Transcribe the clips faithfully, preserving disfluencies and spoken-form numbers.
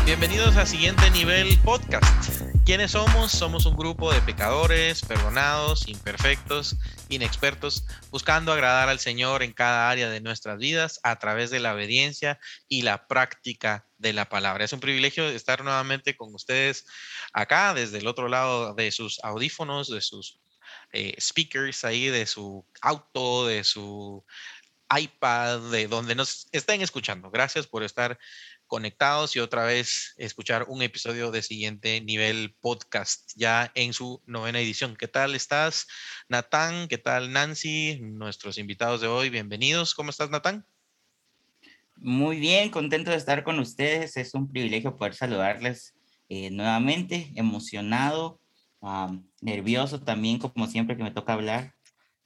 Bienvenidos a Siguiente Nivel Podcast. ¿Quiénes somos? Somos un grupo de pecadores, perdonados, imperfectos, inexpertos, buscando agradar al Señor en cada área de nuestras vidas a través de la obediencia y la práctica de la palabra. Es un privilegio estar nuevamente con ustedes acá, desde el otro lado de sus audífonos, de sus eh, speakers ahí, de su auto, de su iPad, de donde nos estén escuchando. Gracias por estar conectados y otra vez escuchar un episodio de Siguiente Nivel Podcast, ya en su novena edición. ¿Qué tal estás, Natán? ¿Qué tal, Nancy? Nuestros invitados de hoy, bienvenidos. ¿Cómo estás, Natán? Muy bien, contento de estar con ustedes. Es un privilegio poder saludarles eh, nuevamente, emocionado, um, nervioso también, como siempre que me toca hablar.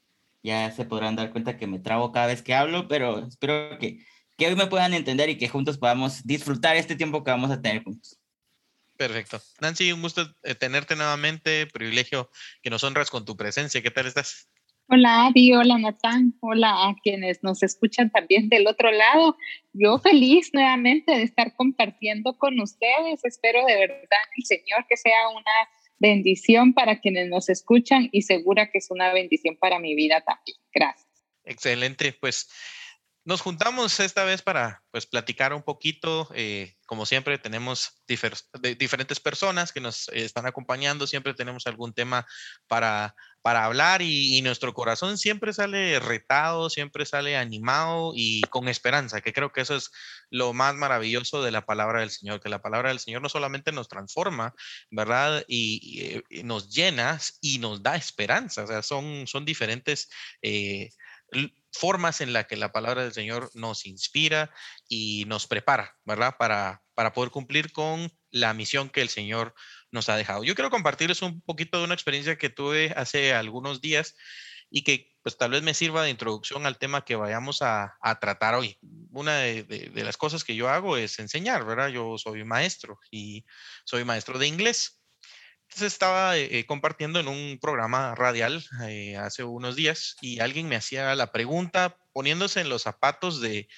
Ya se podrán dar cuenta que me trabo cada vez que hablo, pero espero que, que hoy me puedan entender y que juntos podamos disfrutar este tiempo que vamos a tener juntos. Perfecto. Nancy, un gusto eh, tenerte nuevamente, privilegio que nos honras con tu presencia. ¿Qué tal estás? Hola Abby, hola Natán, hola a quienes nos escuchan también del otro lado. Yo feliz nuevamente de estar compartiendo con ustedes. Espero de verdad el Señor que sea una bendición para quienes nos escuchan y segura que es una bendición para mi vida también. Gracias. Excelente, pues nos juntamos esta vez para pues platicar un poquito. Eh, como siempre tenemos difer de diferentes personas que nos eh, están acompañando, siempre tenemos algún tema para, para hablar y, y nuestro corazón siempre sale retado, siempre sale animado y con esperanza, que creo que eso es lo más maravilloso de la palabra del Señor, que la palabra del Señor no solamente nos transforma, ¿verdad? Y, y, y nos llena y nos da esperanza, o sea, son, son diferentes eh, formas en las que la palabra del Señor nos inspira y nos prepara, ¿verdad? Para, para poder cumplir con la misión que el Señor nos ha dejado. Yo quiero compartirles un poquito de una experiencia que tuve hace algunos días y que pues tal vez me sirva de introducción al tema que vayamos a, a tratar hoy. Una de, de, de las cosas que yo hago es enseñar, ¿verdad? Yo soy maestro y soy maestro de inglés. Entonces estaba eh, compartiendo en un programa radial eh, hace unos días y alguien me hacía la pregunta poniéndose en los zapatos de,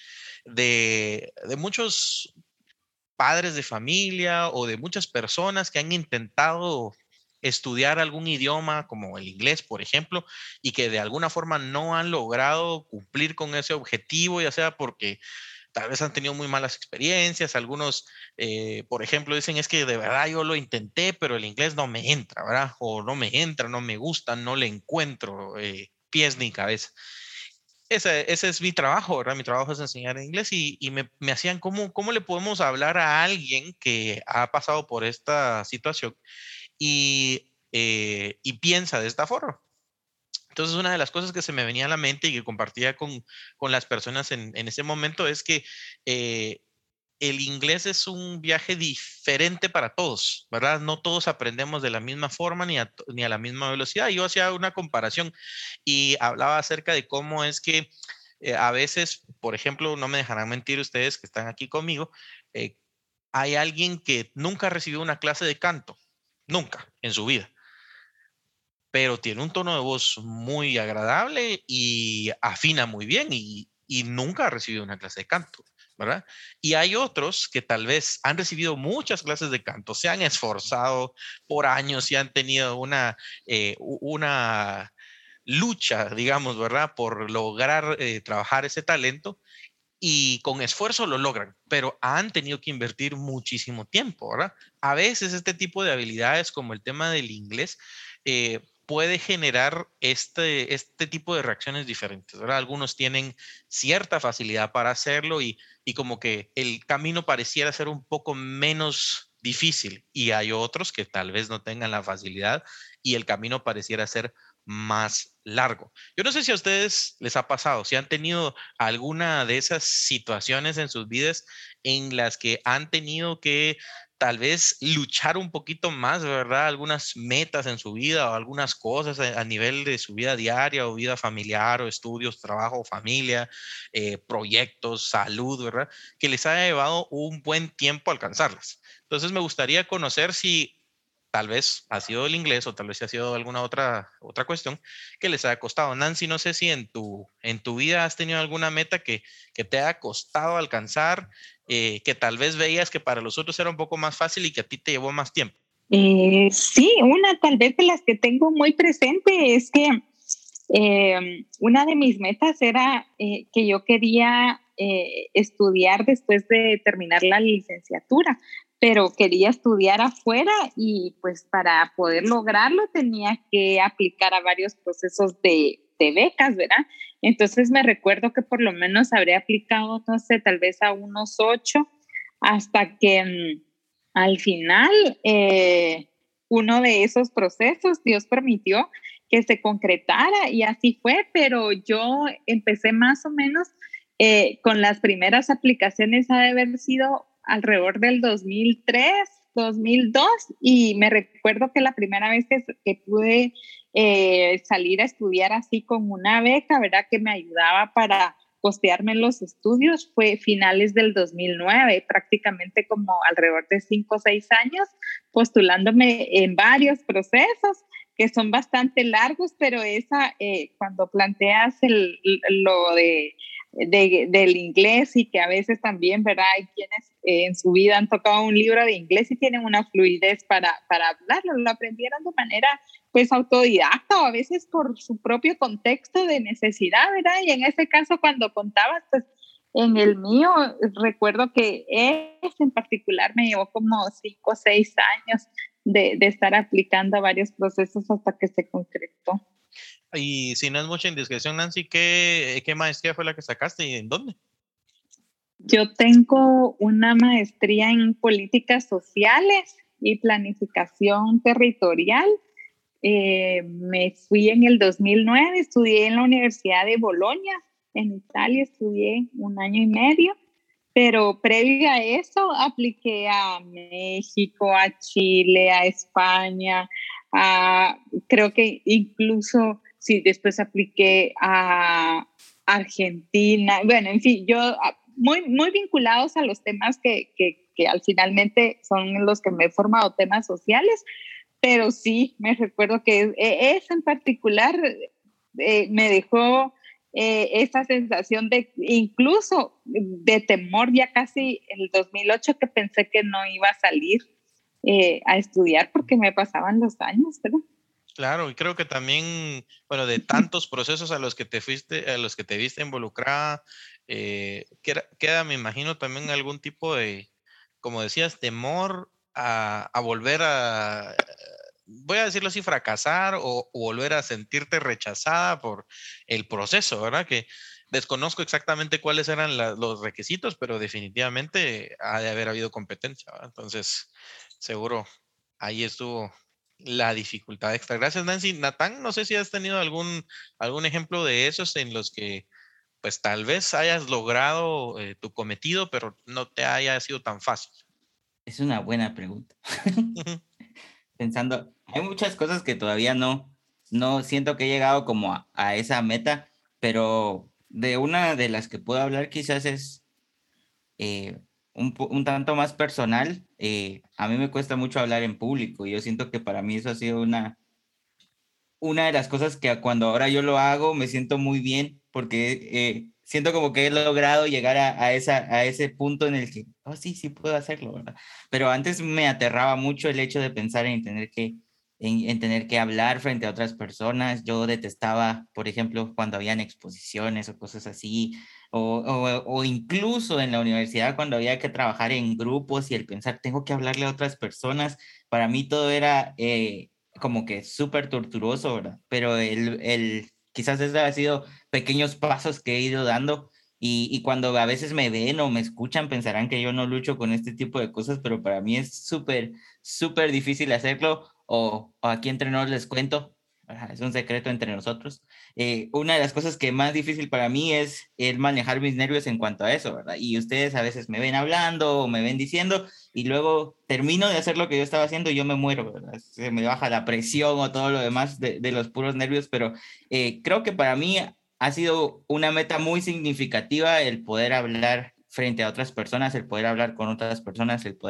de, de muchos padres de familia o de muchas personas que han intentado estudiar algún idioma como el inglés, por ejemplo, y que de alguna forma no han logrado cumplir con ese objetivo, ya sea porque tal vez han tenido muy malas experiencias, algunos, eh, por ejemplo, dicen es que de verdad yo lo intenté, pero el inglés no me entra, ¿verdad? O no me entra, no me gusta, no le encuentro eh, pies ni cabeza. Ese, ese es mi trabajo, ¿verdad? Mi trabajo es enseñar inglés y, y me, me hacían cómo, cómo le podemos hablar a alguien que ha pasado por esta situación y, eh, y piensa de esta forma. Entonces, una de las cosas que se me venía a la mente y que compartía con, con las personas en, en ese momento es que eh, el inglés es un viaje diferente para todos, ¿verdad? No todos aprendemos de la misma forma ni a, ni a la misma velocidad. Yo hacía una comparación y hablaba acerca de cómo es que eh, a veces, por ejemplo, no me dejarán mentir ustedes que están aquí conmigo, eh, hay alguien que nunca recibió una clase de canto, nunca en su vida, pero tiene un tono de voz muy agradable y afina muy bien y, y nunca ha recibido una clase de canto, ¿verdad? Y hay otros que tal vez han recibido muchas clases de canto, se han esforzado por años y han tenido una, eh, una lucha, digamos, ¿verdad? Por lograr eh, trabajar ese talento y con esfuerzo lo logran, pero han tenido que invertir muchísimo tiempo, ¿verdad? A veces este tipo de habilidades como el tema del inglés eh, puede generar este, este tipo de reacciones diferentes, ¿verdad? Algunos tienen cierta facilidad para hacerlo y, y como que el camino pareciera ser un poco menos difícil y hay otros que tal vez no tengan la facilidad y el camino pareciera ser más largo. Yo no sé si a ustedes les ha pasado, si han tenido alguna de esas situaciones en sus vidas en las que han tenido que tal vez luchar un poquito más, ¿verdad? Algunas metas en su vida o algunas cosas a, a nivel de su vida diaria o vida familiar o estudios, trabajo, familia, eh, proyectos, salud, ¿verdad? Que les haya llevado un buen tiempo alcanzarlas. Entonces me gustaría conocer si tal vez ha sido el inglés o tal vez ha sido alguna otra, otra cuestión que les haya costado. Nancy, no sé si en tu, en tu vida has tenido alguna meta que, que te haya costado alcanzar, eh, que tal vez veías que para los otros era un poco más fácil y que a ti te llevó más tiempo. Eh, sí, una tal vez de las que tengo muy presente es que eh, una de mis metas era eh, que yo quería eh, estudiar después de terminar la licenciatura, pero quería estudiar afuera y pues para poder lograrlo tenía que aplicar a varios procesos de, de becas, ¿verdad? Entonces me recuerdo que por lo menos habría aplicado, no sé, tal vez a unos ocho, hasta que mmm, al final eh, uno de esos procesos, Dios permitió que se concretara y así fue, pero yo empecé más o menos eh, con las primeras aplicaciones, ha de haber sido alrededor del dos mil tres, dos mil dos, y me recuerdo que la primera vez que, que pude eh, salir a estudiar así con una beca, ¿verdad? Que me ayudaba para costearme los estudios fue finales del dos mil nueve, prácticamente como alrededor de cinco o seis años, postulándome en varios procesos que son bastante largos, pero esa, eh, cuando planteas el, lo de, de, del inglés y que a veces también, ¿verdad? Hay quienes eh, en su vida han tocado un libro de inglés y tienen una fluidez para, para hablarlo, lo aprendieron de manera pues autodidacta o a veces por su propio contexto de necesidad, ¿verdad? Y en ese caso cuando contabas, pues en el mío recuerdo que ese en particular me llevó como cinco o seis años de, de estar aplicando varios procesos hasta que se concretó. Y si no es mucha indiscreción, Nancy, ¿qué, qué maestría fue la que sacaste y en dónde? Yo tengo una maestría en políticas sociales y planificación territorial. Eh, me fui en el dos mil nueve, estudié en la Universidad de Bolonia, en Italia, estudié un año y medio, pero previo a eso apliqué a México, a Chile, a España, a, creo que incluso, sí, después apliqué a Argentina, bueno, en fin, yo muy, muy vinculados a los temas que, que, que al finalmente son los que me he formado, temas sociales. Pero sí, me recuerdo que esa en particular eh, me dejó eh, esa sensación de incluso de temor ya casi en el dos mil ocho que pensé que no iba a salir eh, a estudiar porque me pasaban los años, ¿verdad? Claro, y creo que también, bueno, de tantos procesos a los que te fuiste, a los que te viste involucrada, eh, queda, queda, me imagino, también algún tipo de, como decías, temor a, a volver a, voy a decirlo así, fracasar o, o volver a sentirte rechazada por el proceso, ¿verdad? Que desconozco exactamente cuáles eran la, los requisitos, pero definitivamente ha de haber habido competencia, ¿verdad? Entonces, seguro ahí estuvo la dificultad extra. Gracias, Nancy. Natán, no sé si has tenido algún, algún ejemplo de esos en los que pues tal vez hayas logrado eh, tu cometido, pero no te haya sido tan fácil. Es una buena pregunta. Pensando, hay muchas cosas que todavía no, no siento que he llegado como a, a esa meta, pero de una de las que puedo hablar quizás es eh, un, un tanto más personal. Eh, a mí me cuesta mucho hablar en público y yo siento que para mí eso ha sido una, una de las cosas que cuando ahora yo lo hago me siento muy bien porque eh, siento como que he logrado llegar a, a, esa, a ese punto en el que, oh sí, sí puedo hacerlo, ¿verdad? Pero antes me aterraba mucho el hecho de pensar en tener que, en, en tener que hablar frente a otras personas. Yo detestaba, por ejemplo, cuando habían exposiciones o cosas así, o, o, o incluso en la universidad cuando había que trabajar en grupos y el pensar, tengo que hablarle a otras personas. Para mí todo era... Eh, como que súper torturoso, ¿verdad? Pero el, el, quizás eso ha sido pequeños pasos que he ido dando y, y cuando a veces me ven o me escuchan pensarán que yo no lucho con este tipo de cosas, pero para mí es súper, súper difícil hacerlo o, o aquí entre nos les cuento, es un secreto entre nosotros. Eh, una de las cosas que más difícil para mí es el manejar mis nervios en cuanto a eso, ¿verdad? Y ustedes a veces me ven hablando o me ven diciendo y luego termino de hacer lo que yo estaba haciendo y yo me muero, ¿verdad? Se me baja la presión o todo lo demás de, de los puros nervios, pero eh, creo que para mí ha sido una meta muy significativa el poder hablar frente a otras personas, el poder hablar con otras personas, el poder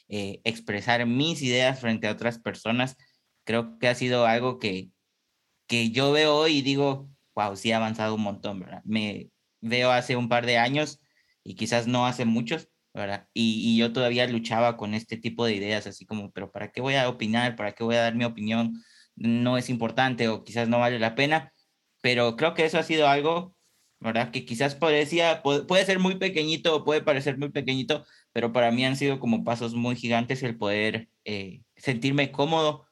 eh, expresar mis ideas frente a otras personas. Creo que ha sido algo que, que yo veo hoy y digo, wow, sí ha avanzado un montón, ¿verdad? Me veo hace un par de años y quizás no hace muchos, ¿verdad? Y, y yo todavía luchaba con este tipo de ideas, así como, pero ¿para qué voy a opinar? ¿Para qué voy a dar mi opinión? No es importante o quizás no vale la pena, pero creo que eso ha sido algo, ¿verdad? Que quizás parecía, puede, puede ser muy pequeñito o puede parecer muy pequeñito, pero para mí han sido como pasos muy gigantes el poder eh, sentirme cómodo,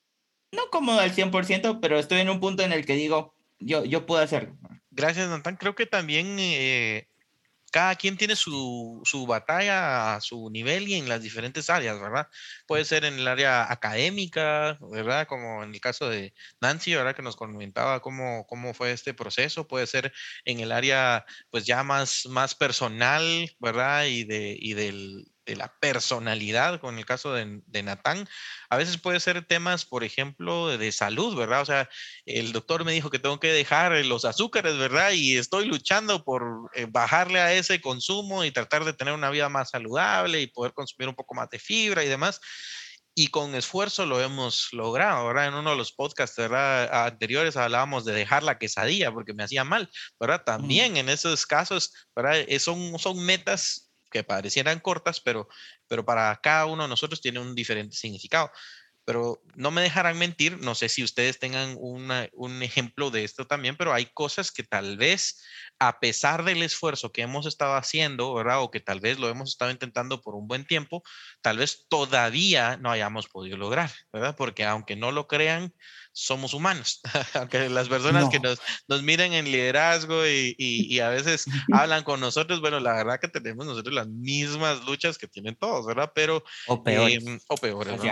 no cómodo al cien por ciento, pero estoy en un punto en el que digo, yo, yo puedo hacerlo. Gracias, Natán. Creo que también eh, cada quien tiene su, su batalla a su nivel y en las diferentes áreas, ¿verdad? Puede ser en el área académica, ¿verdad? Como en el caso de Nancy, ¿verdad? Que nos comentaba cómo, cómo fue este proceso. Puede ser en el área, pues ya más, más personal, ¿verdad? Y de, y del, de la personalidad, con el caso de, de Natán. A veces puede ser temas, por ejemplo, de, de salud, ¿verdad? O sea, el doctor me dijo que tengo que dejar los azúcares, ¿verdad? Y estoy luchando por eh, bajarle a ese consumo y tratar de tener una vida más saludable y poder consumir un poco más de fibra y demás. Y con esfuerzo lo hemos logrado, ¿verdad? En uno de los podcasts, ¿verdad? Anteriores hablábamos de dejar la quesadilla porque me hacía mal, ¿verdad? También en esos casos, ¿verdad? Son, son metas que parecieran cortas, pero, pero para cada uno de nosotros tiene un diferente significado. Pero no me dejarán mentir, no sé si ustedes tengan una, un ejemplo de esto también, pero hay cosas que tal vez, a pesar del esfuerzo que hemos estado haciendo, ¿verdad? O que tal vez lo hemos estado intentando por un buen tiempo, tal vez todavía no hayamos podido lograr, ¿verdad? Porque aunque no lo crean, somos humanos. Aunque las personas que No. nos, nos miren en liderazgo y, y, y a veces hablan con nosotros, bueno, la verdad que tenemos nosotros las mismas luchas que tienen todos, ¿verdad? Pero, O eh, peores. o peores, O ¿no? sea.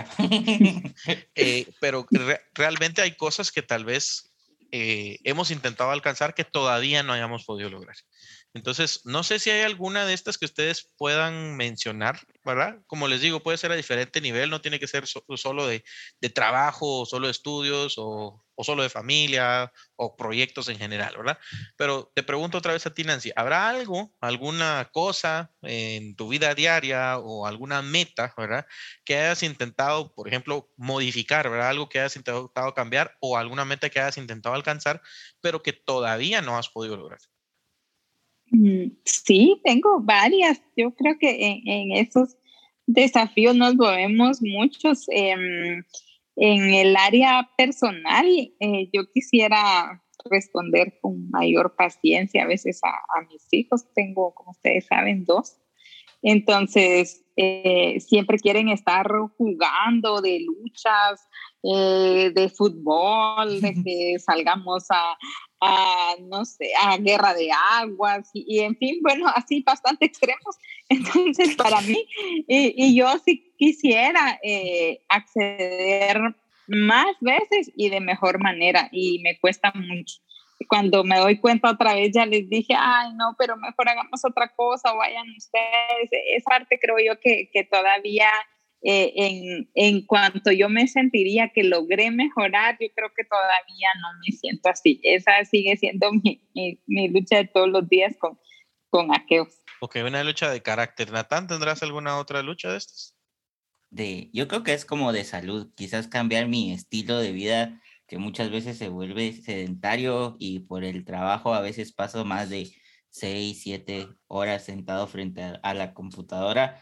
Eh, pero re- realmente hay cosas que tal vez eh, hemos intentado alcanzar que todavía no hayamos podido lograr. Entonces, no sé si hay alguna de estas que ustedes puedan mencionar, ¿verdad? Como les digo, puede ser a diferente nivel, no tiene que ser so- solo de, de trabajo, o solo de estudios, o, o solo de familia, o proyectos en general, ¿verdad? Pero te pregunto otra vez a ti, Nancy, ¿habrá algo, alguna cosa en tu vida diaria o alguna meta, ¿verdad? Que hayas intentado, por ejemplo, modificar, ¿verdad? Algo que hayas intentado cambiar o alguna meta que hayas intentado alcanzar, pero que todavía no has podido lograr. Mm, Sí, tengo varias. Yo creo que en, en esos desafíos nos movemos muchos. em, en el área personal, eh, yo quisiera responder con mayor paciencia a veces a, a mis hijos. Tengo, como ustedes saben, dos. Entonces, eh, siempre quieren estar jugando de luchas, eh, de fútbol, de que salgamos a, a, no sé, a guerra de aguas y, y en fin, bueno, así bastante extremos. Entonces, para mí, y, y yo sí quisiera eh, acceder más veces y de mejor manera y me cuesta mucho. Cuando me doy cuenta otra vez ya les dije, ay no, pero mejor hagamos otra cosa o vayan ustedes. Esa parte creo yo que, que todavía eh, en, en cuanto yo me sentiría que logré mejorar, yo creo que todavía no me siento así. Esa sigue siendo mi, mi, mi lucha de todos los días con, con aqueos. Ok, una lucha de carácter. Natán, ¿tendrás alguna otra lucha de estas? De, yo creo que es como de salud, quizás cambiar mi estilo de vida, que muchas veces se vuelve sedentario y por el trabajo a veces paso más de seis, siete horas sentado frente a, a la computadora,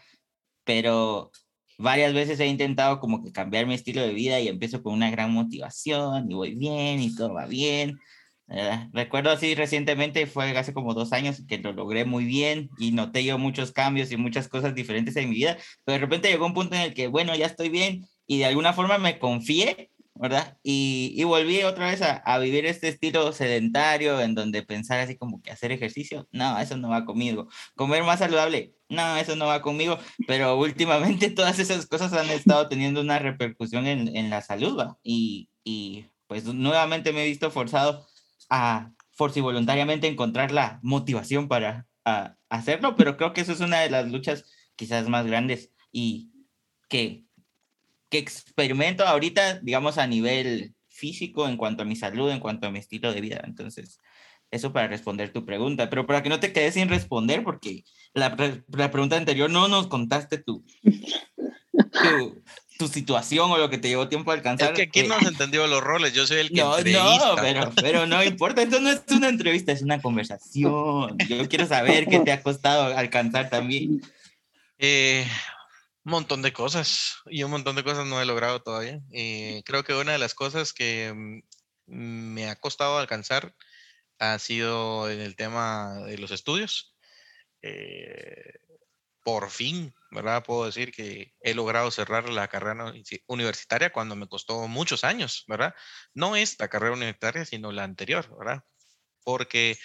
pero varias veces he intentado como que cambiar mi estilo de vida y empiezo con una gran motivación y voy bien y todo va bien. Eh, recuerdo así recientemente, fue hace como dos años que lo logré muy bien y noté yo muchos cambios y muchas cosas diferentes en mi vida, pero de repente llegó un punto en el que, bueno, ya estoy bien y de alguna forma me confié, ¿verdad? Y, y volví otra vez a, a vivir este estilo sedentario en donde pensar así como que hacer ejercicio, no, eso no va conmigo. Comer más saludable, no, eso no va conmigo, pero últimamente todas esas cosas han estado teniendo una repercusión en, en la salud, ¿va? Y, y pues nuevamente me he visto forzado a forci voluntariamente encontrar la motivación para a, hacerlo, pero creo que eso es una de las luchas quizás más grandes y que, que experimento ahorita, digamos, a nivel físico en cuanto a mi salud, en cuanto a mi estilo de vida. Entonces, eso para responder tu pregunta, pero para que no te quedes sin responder, porque la, la pregunta anterior no nos contaste tú. tu, tu situación o lo que te llevó tiempo a alcanzar. Es que aquí eh, no has entendido los roles, yo soy el que no, entrevista. no, pero, pero no importa, esto no es una entrevista, es una conversación. Yo quiero saber qué te ha costado alcanzar también. Eh, un montón de cosas y un montón de cosas no he logrado todavía. Eh, creo que una de las cosas que mm, me ha costado alcanzar ha sido en el tema de los estudios. Eh, por fin, ¿verdad? Puedo decir que he logrado cerrar la carrera universitaria cuando me costó muchos años, ¿verdad? No esta carrera universitaria, sino la anterior, ¿verdad? Porque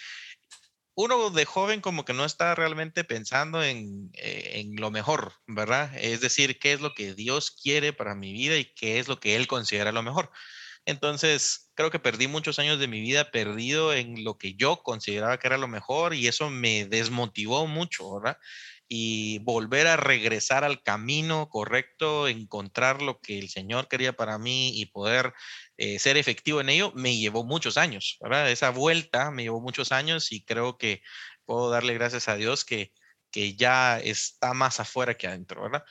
uno de joven como que no está realmente pensando en, eh, en lo mejor, ¿verdad? Es decir, qué es lo que Dios quiere para mi vida y qué es lo que Él considera lo mejor. Entonces, creo que perdí muchos años de mi vida perdido en lo que yo consideraba que era lo mejor y eso me desmotivó mucho, ¿verdad? Y volver a regresar al camino correcto, encontrar lo que el Señor quería para mí y poder eh, ser efectivo en ello, me llevó muchos años, ¿verdad? Esa vuelta me llevó muchos años y creo que puedo darle gracias a Dios que, que ya está más afuera que adentro, ¿verdad?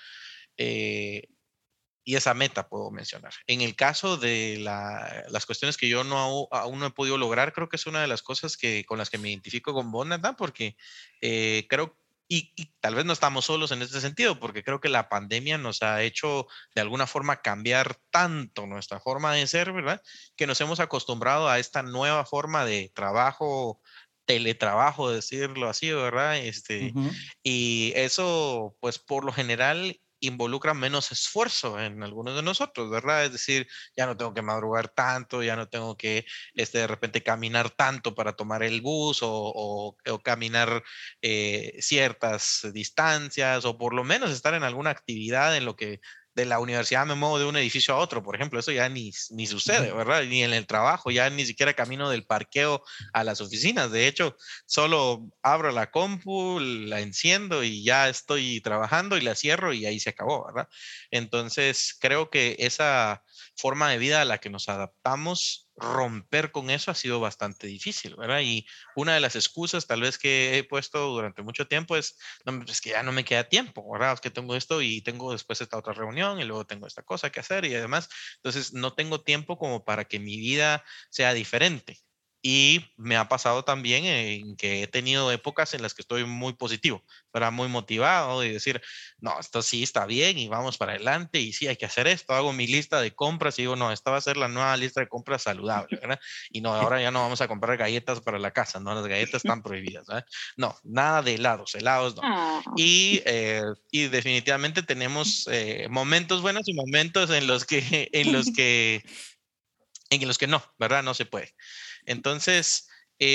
Eh, y esa meta puedo mencionar. En el caso de la, las cuestiones que yo no, aún no he podido lograr, creo que es una de las cosas que, con las que me identifico con vos, Nathan, porque eh, creo, y, y tal vez no estamos solos en este sentido, porque creo que la pandemia nos ha hecho de alguna forma cambiar tanto nuestra forma de ser, ¿verdad? Que nos hemos acostumbrado a esta nueva forma de trabajo, teletrabajo, decirlo así, ¿verdad? Este, Ujú. y eso, pues por lo general involucra menos esfuerzo en algunos de nosotros, ¿verdad? Es decir, ya no tengo que madrugar tanto, ya no tengo que este, de repente caminar tanto para tomar el bus o, o, o caminar eh, ciertas distancias o por lo menos estar en alguna actividad en lo que de la universidad me muevo de un edificio a otro, por ejemplo, eso ya ni, ni sucede, ¿verdad? Ni en el trabajo, ya ni siquiera camino del parqueo a las oficinas. De hecho, solo abro la compu, la enciendo y ya estoy trabajando y la cierro y ahí se acabó, ¿verdad? Entonces, creo que esa forma de vida a la que nos adaptamos, romper con eso ha sido bastante difícil, ¿verdad? Y una de las excusas tal vez que he puesto durante mucho tiempo es, no, es que ya no me queda tiempo, ¿verdad? Es que tengo esto y tengo después esta otra reunión y luego tengo esta cosa que hacer y además, entonces no tengo tiempo como para que mi vida sea diferente. Y me ha pasado también en que he tenido épocas en las que estoy muy positivo, ¿verdad? Muy motivado y decir, no, esto sí está bien y vamos para adelante y sí hay que hacer esto. Hago mi lista de compras y digo, no, esta va a ser la nueva lista de compras saludable, ¿verdad? Y no, ahora ya no vamos a comprar galletas para la casa, no, las galletas están prohibidas, ¿verdad? No, nada de helados, helados no. Ah, Y, eh, y definitivamente tenemos eh, momentos buenos y momentos en los que, en los que, en los que no, ¿verdad? No se puede. Entonces,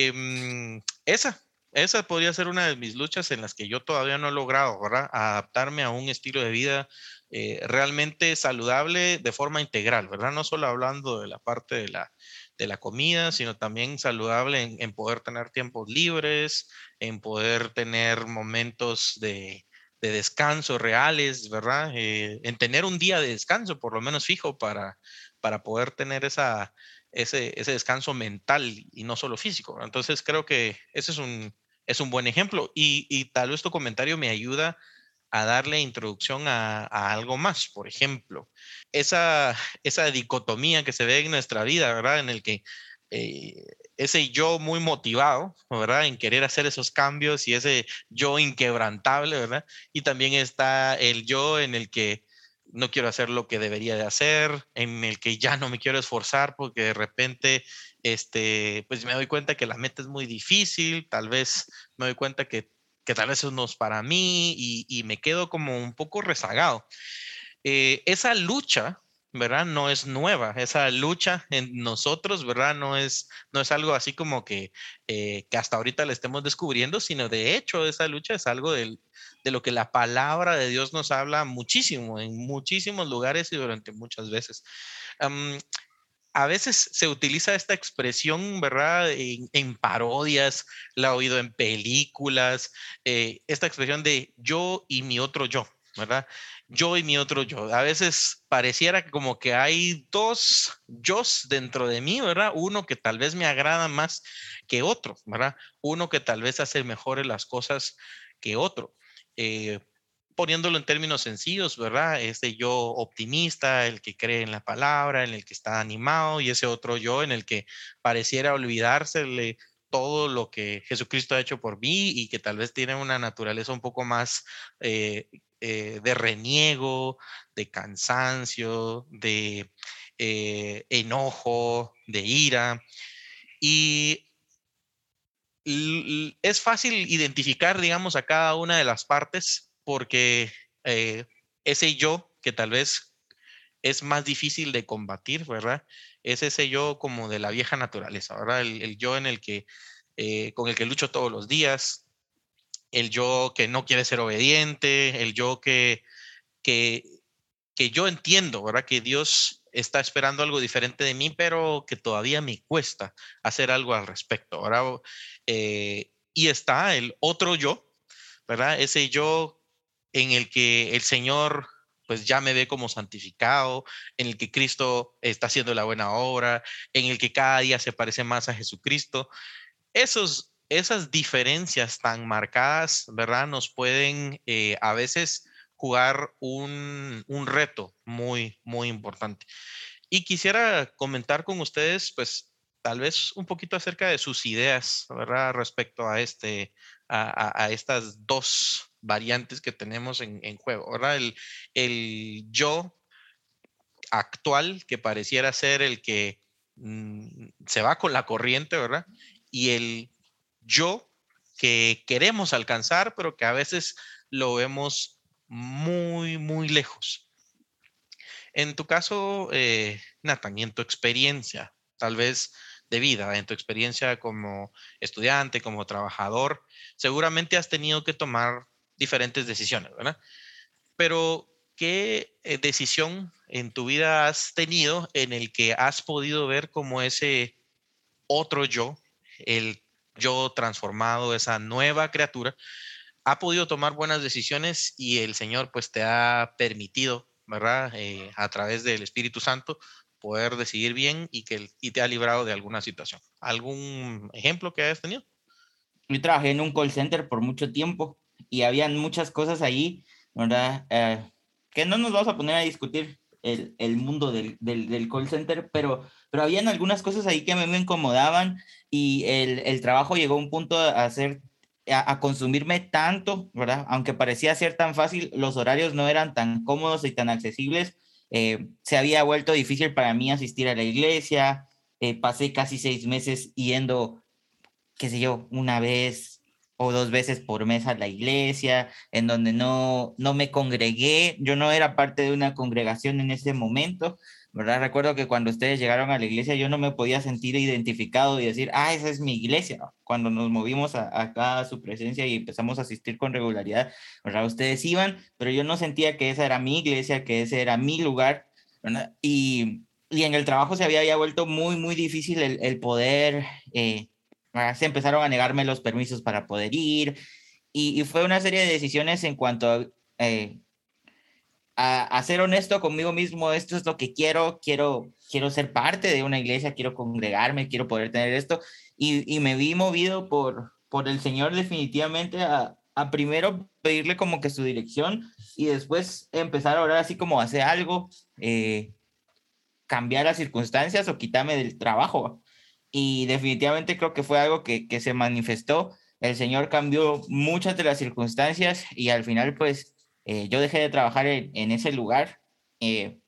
eh, esa, esa podría ser una de mis luchas en las que yo todavía no he logrado, ¿verdad? Adaptarme a un estilo de vida eh, realmente saludable de forma integral, ¿verdad? No solo hablando de la parte de la, de la comida, sino también saludable en, en poder tener tiempos libres, en poder tener momentos de, de descanso reales, ¿verdad? Eh, en tener un día de descanso, por lo menos fijo, para, para poder tener esa ese, ese descanso mental y no solo físico. Entonces creo que ese es un, es un buen ejemplo y, y tal vez tu comentario me ayuda a darle introducción a, a algo más. Por ejemplo, esa, esa dicotomía que se ve en nuestra vida, ¿verdad? En el que eh, ese yo muy motivado, ¿verdad? En querer hacer esos cambios y ese yo inquebrantable, ¿verdad? Y también está el yo en el que no quiero hacer lo que debería de hacer, en el que ya no me quiero esforzar porque de repente, este, pues me doy cuenta que la meta es muy difícil, tal vez me doy cuenta que, que tal vez eso no es para mí y, y me quedo como un poco rezagado. Eh, esa lucha, ¿verdad? No es nueva, esa lucha en nosotros, ¿verdad? No es, no es algo así como que, eh, que hasta ahorita la estemos descubriendo, sino de hecho esa lucha es algo del, de lo que la palabra de Dios nos habla muchísimo, en muchísimos lugares y durante muchas veces. Um, a veces se utiliza esta expresión, ¿verdad? En, en parodias, la he oído en películas, eh, esta expresión de yo y mi otro yo, ¿verdad? Yo y mi otro yo. A veces pareciera como que hay dos yos dentro de mí, ¿verdad? Uno que tal vez me agrada más que otro, ¿verdad? Uno que tal vez hace mejores las cosas que otro. Eh, poniéndolo en términos sencillos, ¿verdad? Este yo optimista, el que cree en la palabra, en el que está animado, y ese otro yo en el que pareciera olvidársele todo lo que Jesucristo ha hecho por mí y que tal vez tiene una naturaleza un poco más eh, eh, de reniego, de cansancio, de eh, enojo, de ira. Y es fácil identificar, digamos, a cada una de las partes porque eh, ese yo que tal vez es más difícil de combatir, ¿verdad? Es ese yo como de la vieja naturaleza, ¿verdad? El, el yo en el que, eh, con el que lucho todos los días, el yo que no quiere ser obediente, el yo que, que, que yo entiendo, ¿verdad? Que Dios está esperando algo diferente de mí, pero que todavía me cuesta hacer algo al respecto, ¿verdad? Eh, y está el otro yo, ¿verdad? Ese yo en el que el Señor pues ya me ve como santificado, en el que Cristo está haciendo la buena obra, en el que cada día se parece más a Jesucristo. Esos, esas diferencias tan marcadas, ¿verdad? Nos pueden eh, a veces jugar un, un reto muy, muy importante. Y quisiera comentar con ustedes, pues, tal vez un poquito acerca de sus ideas, ¿verdad? Respecto a, este, a, a, a estas dos variantes que tenemos en, en juego, ¿verdad? El, el yo actual, que pareciera ser el que mm, se va con la corriente, ¿verdad? Y el yo que queremos alcanzar, pero que a veces lo vemos muy, muy lejos. En tu caso, eh, Nathan, y en tu experiencia, tal vez de vida, en tu experiencia como estudiante, como trabajador, seguramente has tenido que tomar diferentes decisiones, ¿verdad? Pero, ¿qué eh, decisión en tu vida has tenido en el que has podido ver como ese otro yo, el yo transformado, esa nueva criatura, ha podido tomar buenas decisiones y el Señor pues te ha permitido, ¿verdad? Eh, a través del Espíritu Santo poder decidir bien y que y te ha librado de alguna situación? ¿Algún ejemplo que hayas tenido? Yo trabajé en un call center por mucho tiempo y habían muchas cosas ahí, ¿verdad? Eh, que no nos vamos a poner a discutir el, el mundo del, del, del call center, pero, pero habían algunas cosas ahí que a mí me incomodaban y el, el trabajo llegó a un punto a hacer a, a consumirme tanto, ¿verdad? Aunque parecía ser tan fácil, los horarios no eran tan cómodos y tan accesibles. Eh, se había vuelto difícil para mí asistir a la iglesia. Eh, pasé casi seis meses yendo, qué sé yo, una vez o dos veces por mes a la iglesia, en donde no, no me congregué, yo no era parte de una congregación en ese momento, ¿verdad? Recuerdo que cuando ustedes llegaron a la iglesia yo no me podía sentir identificado y decir, ah, esa es mi iglesia. Cuando nos movimos a, acá a su presencia y empezamos a asistir con regularidad, ¿verdad? Ustedes iban, pero yo no sentía que esa era mi iglesia, que ese era mi lugar, ¿verdad? Y, y en el trabajo se había ya vuelto muy, muy difícil el, el poder... Eh, se empezaron a negarme los permisos para poder ir y, y fue una serie de decisiones en cuanto a, eh, a, a ser honesto conmigo mismo. Esto es lo que quiero, quiero, quiero ser parte de una iglesia, quiero congregarme, quiero poder tener esto y, y me vi movido por, por el Señor definitivamente a, a primero pedirle como que su dirección y después empezar a orar así como hacer algo, eh, cambiar las circunstancias o quitarme del trabajo. Y definitivamente creo que fue algo que, que se manifestó. El Señor cambió muchas de las circunstancias y al final pues eh, yo dejé de trabajar en, en ese lugar. Eh,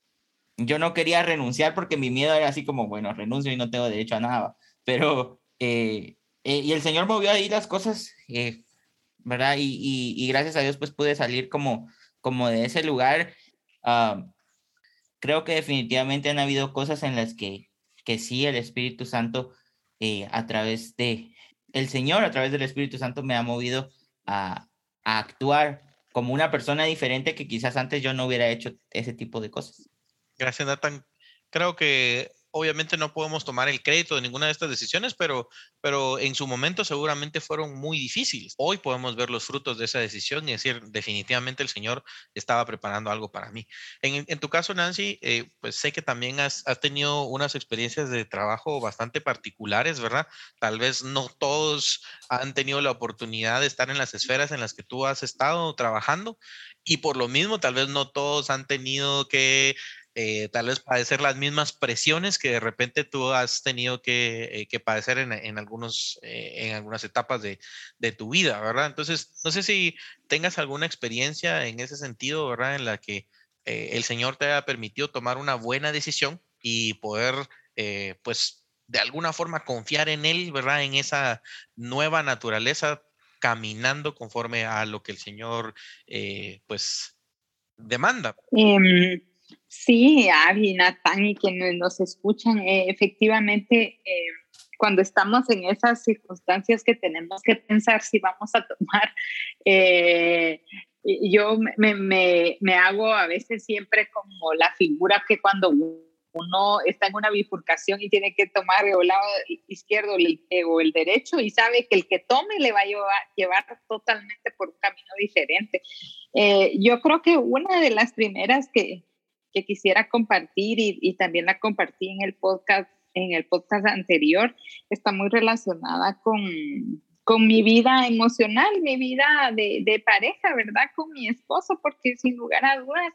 yo no quería renunciar porque mi miedo era así como, bueno, renuncio y no tengo derecho a nada, pero eh, eh, y el Señor movió ahí las cosas, eh, ¿verdad? Y, y, y gracias a Dios pues pude salir como, como de ese lugar. Uh, creo que definitivamente han habido cosas en las que, que sí, el Espíritu Santo, eh, a través de el Señor, a través del Espíritu Santo, me ha movido a, a actuar como una persona diferente que quizás antes yo no hubiera hecho ese tipo de cosas. Gracias, Nathan. Creo que obviamente no podemos tomar el crédito de ninguna de estas decisiones, pero, pero en su momento seguramente fueron muy difíciles. Hoy podemos ver los frutos de esa decisión y decir, definitivamente el Señor estaba preparando algo para mí. En, en tu caso, Nancy, eh, pues sé que también has, has tenido unas experiencias de trabajo bastante particulares, ¿verdad? Tal vez no todos han tenido la oportunidad de estar en las esferas en las que tú has estado trabajando y por lo mismo tal vez no todos han tenido que eh, tal vez padecer las mismas presiones que de repente tú has tenido que, eh, que padecer en, en, algunos, eh, en algunas etapas de, de tu vida, ¿verdad? Entonces, no sé si tengas alguna experiencia en ese sentido, ¿verdad? En la que eh, el Señor te haya permitido tomar una buena decisión y poder, eh, pues, de alguna forma confiar en Él, ¿verdad? En esa nueva naturaleza, caminando conforme a lo que el Señor, eh, pues, demanda. Um, sí, Abby, Natán y quienes nos escuchan, eh, efectivamente, eh, cuando estamos en esas circunstancias que tenemos que pensar si vamos a tomar, eh, yo me, me, me hago a veces siempre como la figura que cuando uno está en una bifurcación y tiene que tomar el lado izquierdo o el derecho y sabe que el que tome le va a llevar, llevar totalmente por un camino diferente. Eh, yo creo que una de las primeras que, que quisiera compartir y, y también la compartí en el podcast, en el podcast anterior, está muy relacionada con, con mi vida emocional, mi vida de, de pareja, ¿verdad? Con mi esposo, porque sin lugar a dudas,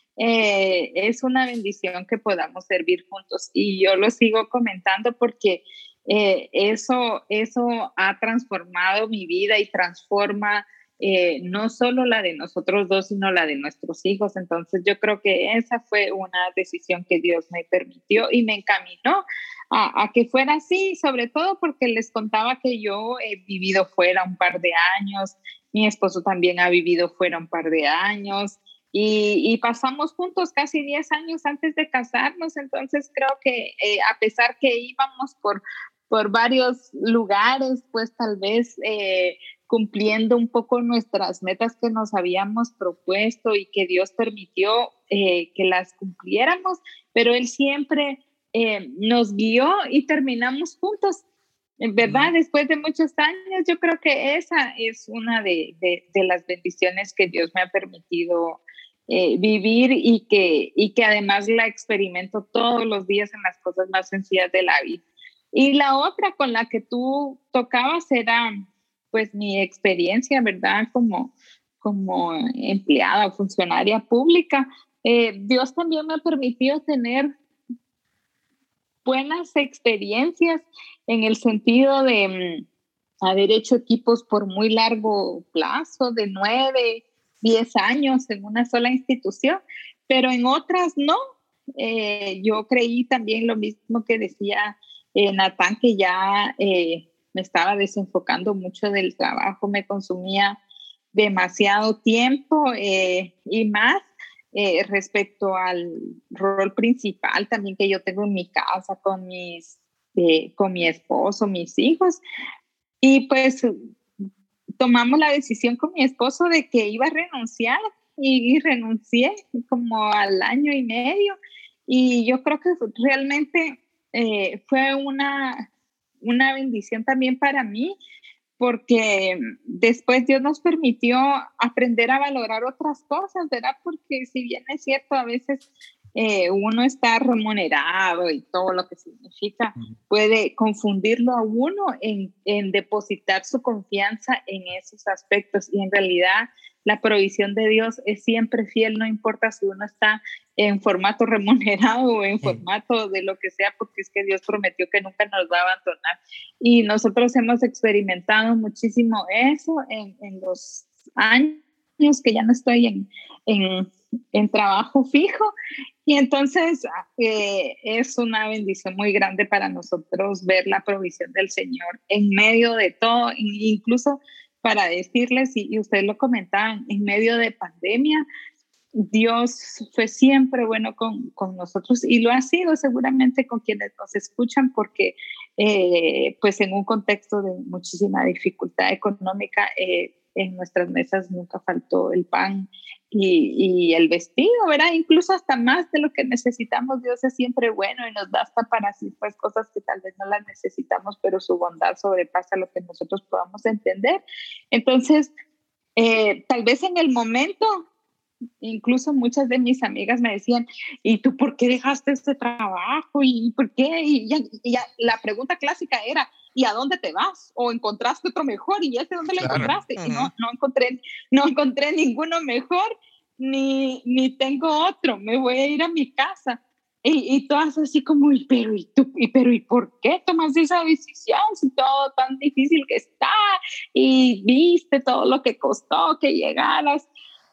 Eh, es una bendición que podamos servir juntos y yo lo sigo comentando porque eh, eso, eso ha transformado mi vida y transforma eh, no solo la de nosotros dos, sino la de nuestros hijos. Entonces yo creo que esa fue una decisión que Dios me permitió y me encaminó a, a que fuera así, sobre todo porque les contaba que yo he vivido fuera un par de años, mi esposo también ha vivido fuera un par de años. Y, y pasamos juntos casi diez años antes de casarnos, entonces creo que eh, a pesar que íbamos por, por varios lugares, pues tal vez eh, cumpliendo un poco nuestras metas que nos habíamos propuesto y que Dios permitió eh, que las cumpliéramos, pero Él siempre eh, nos guió y terminamos juntos. En verdad, mm. después de muchos años, yo creo que esa es una de, de, de las bendiciones que Dios me ha permitido Eh, vivir y que, y que además la experimento todos los días en las cosas más sencillas de la vida. Y la otra con la que tú tocabas era pues mi experiencia, ¿verdad? Como, como empleada o funcionaria pública. Eh, Dios también me ha permitido tener buenas experiencias en el sentido de um, haber hecho equipos por muy largo plazo, de nueve, diez años en una sola institución, pero en otras no. Eh, yo creí también lo mismo que decía eh, Natán, que ya eh, me estaba desenfocando mucho del trabajo, me consumía demasiado tiempo eh, y más eh, respecto al rol principal también que yo tengo en mi casa con, mis, eh, con mi esposo, mis hijos. Y pues tomamos la decisión con mi esposo de que iba a renunciar y, y renuncié como al año y medio. Y yo creo que realmente eh, fue una, una bendición también para mí, porque después Dios nos permitió aprender a valorar otras cosas, ¿verdad? Porque si bien es cierto, a veces eh, uno está remunerado y todo lo que significa, puede confundirlo a uno en, en depositar su confianza en esos aspectos. Y en realidad la provisión de Dios es siempre fiel, no importa si uno está en formato remunerado o en formato de lo que sea, porque es que Dios prometió que nunca nos va a abandonar. Y nosotros hemos experimentado muchísimo eso en, en los años que ya no estoy en, en, en trabajo fijo. Y entonces eh, es una bendición muy grande para nosotros ver la provisión del Señor en medio de todo, incluso para decirles, y, y ustedes lo comentaban, en medio de pandemia, Dios fue siempre bueno con, con nosotros y lo ha sido seguramente con quienes nos escuchan, porque eh, pues en un contexto de muchísima dificultad económica, eh, en nuestras mesas nunca faltó el pan y, y el vestido, ¿verdad? Incluso hasta más de lo que necesitamos, Dios es siempre bueno y nos da hasta para así pues cosas que tal vez no las necesitamos, pero su bondad sobrepasa lo que nosotros podamos entender. Entonces, eh, tal vez en el momento, incluso muchas de mis amigas me decían, ¿y tú por qué dejaste este trabajo? ¿Y por qué? Y ya, y ya, la pregunta clásica era, ¿y a dónde te vas? ¿O encontraste otro mejor? ¿Y ese dónde lo Claro. encontraste? Uh-huh. Y no, no, encontré, no encontré ninguno mejor, ni, ni tengo otro, me voy a ir a mi casa. Y, y todas así como, pero ¿y tú? ¿Y, pero ¿y por qué tomas esa decisión si todo tan difícil que está? Y viste todo lo que costó que llegaras.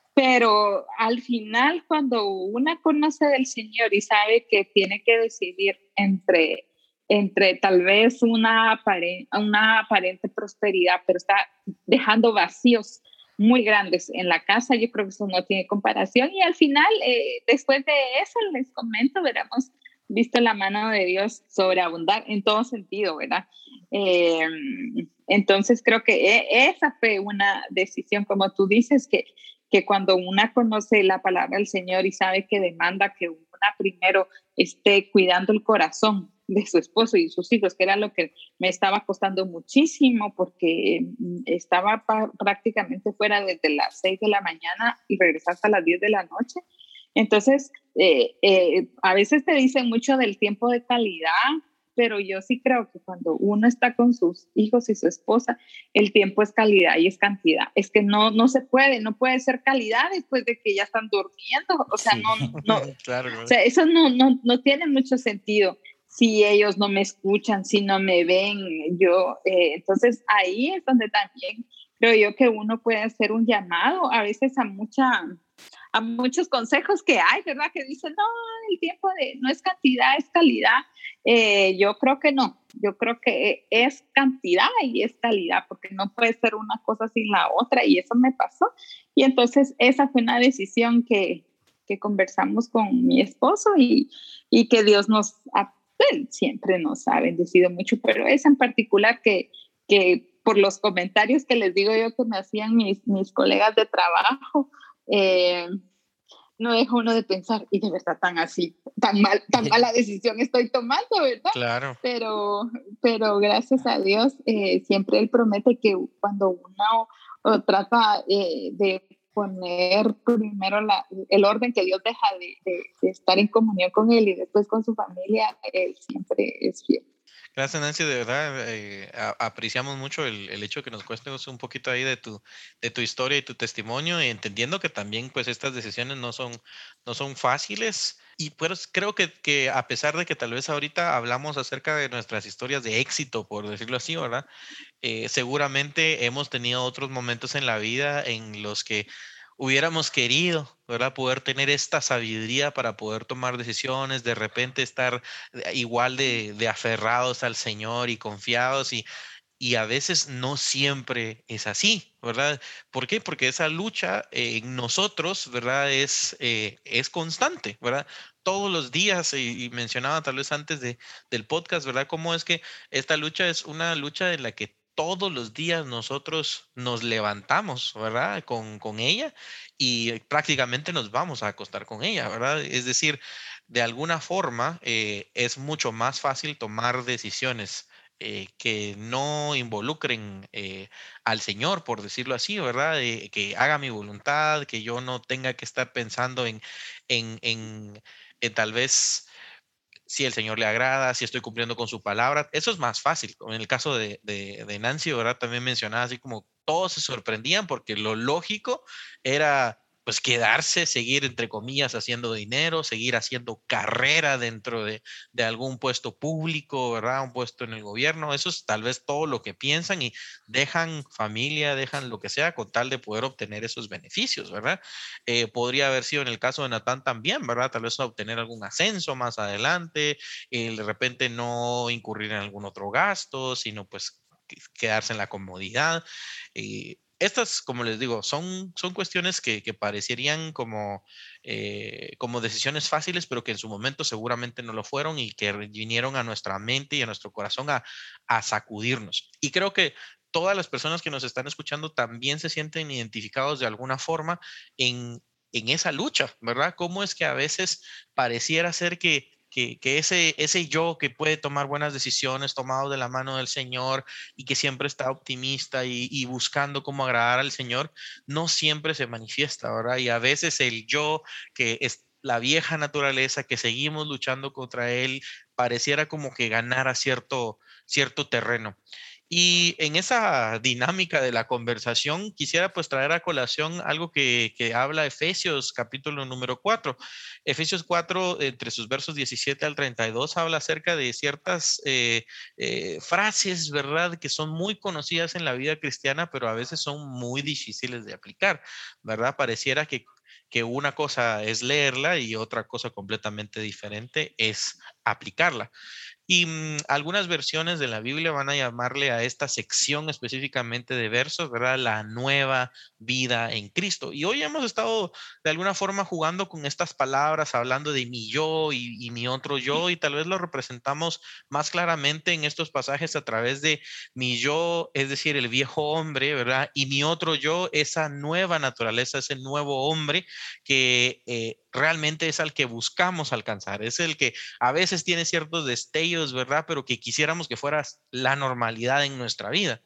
Pero al final, cuando una conoce del Señor y sabe que tiene que decidir entre, entre tal vez una, apare- una aparente prosperidad, pero está dejando vacíos muy grandes en la casa, yo creo que eso no tiene comparación. Y al final, eh, después de eso, les comento, veremos visto la mano de Dios sobreabundar en todo sentido, ¿verdad? Eh, entonces creo que esa fue una decisión, como tú dices, que que cuando una conoce la palabra del Señor y sabe que demanda que una primero esté cuidando el corazón de su esposo y sus hijos, que era lo que me estaba costando muchísimo porque estaba prácticamente fuera desde las seis de la mañana y regresaba hasta las diez de la noche. Entonces, eh, eh, a veces te dicen mucho del tiempo de calidad, pero yo sí creo que cuando uno está con sus hijos y su esposa, el tiempo es calidad y es cantidad. Es que no, no se puede, no puede ser calidad después de que ya están durmiendo. O sea, sí. no, no, claro, claro. O sea, eso no, no, no tiene mucho sentido. Si ellos no me escuchan, si no me ven, yo, eh, entonces ahí es donde también creo yo que uno puede hacer un llamado a veces a mucha... a muchos consejos que hay, ¿verdad? Que dicen, no, el tiempo de, no es cantidad, es calidad. Eh, yo creo que no, yo creo que es cantidad y es calidad, porque no puede ser una cosa sin la otra, y eso me pasó. Y entonces esa fue una decisión que, que conversamos con mi esposo y, y que Dios nos ha, siempre nos ha bendecido mucho, pero esa en particular que, que por los comentarios que les digo yo que me hacían mis, mis colegas de trabajo, Eh, no deja uno de pensar, y de verdad tan así, tan mal, tan mala decisión estoy tomando, ¿verdad? Claro. Pero, pero gracias a Dios, eh, siempre Él promete que cuando uno o trata eh, de poner primero la, el orden que Dios deja de, de, de estar en comunión con Él y después con su familia, Él siempre es fiel. Gracias, Nancy, de verdad, eh, a, apreciamos mucho el, el hecho que nos cuentes un poquito ahí de tu, de tu historia y tu testimonio, y entendiendo que también pues estas decisiones no son, no son fáciles, y pues creo que, que a pesar de que tal vez ahorita hablamos acerca de nuestras historias de éxito, por decirlo así, ¿verdad? Eh, seguramente hemos tenido otros momentos en la vida en los que hubiéramos querido, ¿verdad? Poder tener esta sabiduría para poder tomar decisiones, de repente estar igual de, de aferrados al Señor y confiados, y, y a veces no siempre es así, ¿verdad? ¿Por qué? Porque esa lucha eh, en nosotros, ¿verdad? Es, eh, es constante, ¿verdad? Todos los días, y, y mencionaba tal vez antes de, del podcast, ¿verdad? Cómo es que esta lucha es una lucha en la que todos los días nosotros nos levantamos, ¿verdad? Con, con ella, y prácticamente nos vamos a acostar con ella, ¿verdad? Es decir, de alguna forma eh, es mucho más fácil tomar decisiones eh, que no involucren eh, al Señor, por decirlo así, ¿verdad? Eh, que haga mi voluntad, que yo no tenga que estar pensando en, en, en, en tal vez si el Señor le agrada, si estoy cumpliendo con su palabra. Eso es más fácil. En el caso de, de, de Nancy, ¿verdad? También mencionaba así como todos se sorprendían porque lo lógico era pues quedarse, seguir entre comillas haciendo dinero, seguir haciendo carrera dentro de, de algún puesto público, ¿verdad? Un puesto en el gobierno. Eso es tal vez todo lo que piensan, y dejan familia, dejan lo que sea con tal de poder obtener esos beneficios, ¿verdad? Eh, podría haber sido en el caso de Natán también, ¿verdad? Tal vez obtener algún ascenso más adelante, eh, de repente no incurrir en algún otro gasto, sino pues quedarse en la comodidad. Eh, estas, como les digo, son, son cuestiones que, que parecerían como, eh, como decisiones fáciles, pero que en su momento seguramente no lo fueron, y que vinieron a nuestra mente y a nuestro corazón a, a sacudirnos. Y creo que todas las personas que nos están escuchando también se sienten identificados de alguna forma en, en esa lucha, ¿verdad? ¿Cómo es que a veces pareciera ser que Que, que ese, ese yo que puede tomar buenas decisiones tomado de la mano del Señor y que siempre está optimista y, y buscando cómo agradar al Señor, no siempre se manifiesta, ¿verdad? Y a veces el yo que es la vieja naturaleza, que seguimos luchando contra él, pareciera como que ganara cierto, cierto terreno. Y en esa dinámica de la conversación, quisiera pues traer a colación algo que, que habla Efesios capítulo número cuatro. Efesios cuatro, entre sus versos diecisiete al treinta y dos, habla acerca de ciertas eh, eh, frases, ¿verdad? Que son muy conocidas en la vida cristiana, pero a veces son muy difíciles de aplicar, ¿verdad? Pareciera que, que una cosa es leerla y otra cosa completamente diferente es aplicarla. Y mmm, algunas versiones de la Biblia van a llamarle a esta sección específicamente de versos, ¿verdad? La nueva vida en Cristo. Y hoy hemos estado de alguna forma jugando con estas palabras, hablando de mi yo y, y mi otro yo, y tal vez lo representamos más claramente en estos pasajes a través de mi yo, es decir, el viejo hombre, ¿verdad? Y mi otro yo, esa nueva naturaleza, ese nuevo hombre que eh, realmente es al que buscamos alcanzar, es el que a veces tiene ciertos destellos, ¿verdad? Pero que quisiéramos que fuera la normalidad en nuestra vida.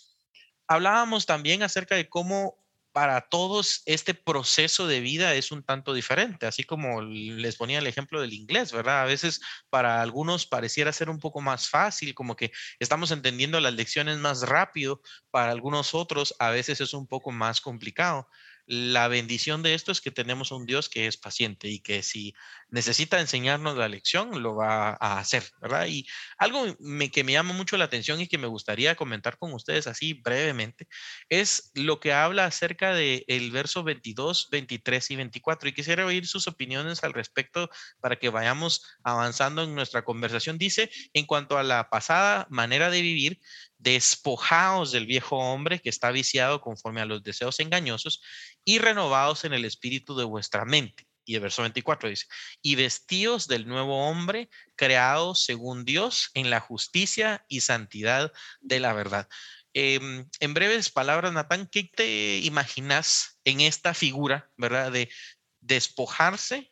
Hablábamos también acerca de cómo para todos este proceso de vida es un tanto diferente, así como les ponía el ejemplo del inglés, ¿verdad? A veces para algunos pareciera ser un poco más fácil, como que estamos entendiendo las lecciones más rápido, para algunos otros a veces es un poco más complicado. La bendición de esto es que tenemos a un Dios que es paciente y que si necesita enseñarnos la lección, lo va a hacer, ¿verdad? Y algo me, que me llama mucho la atención y que me gustaría comentar con ustedes así brevemente es lo que habla acerca del verso veintidós, veintitrés y veinticuatro. Y quisiera oír sus opiniones al respecto para que vayamos avanzando en nuestra conversación. Dice, en cuanto a la pasada manera de vivir, despojaos del viejo hombre que está viciado conforme a los deseos engañosos y renovaos en el espíritu de vuestra mente. Y el verso veinticuatro dice, y vestíos del nuevo hombre creado según Dios en la justicia y santidad de la verdad. Eh, en breves palabras, Natán, ¿qué te imaginas en esta figura, verdad, de despojarse,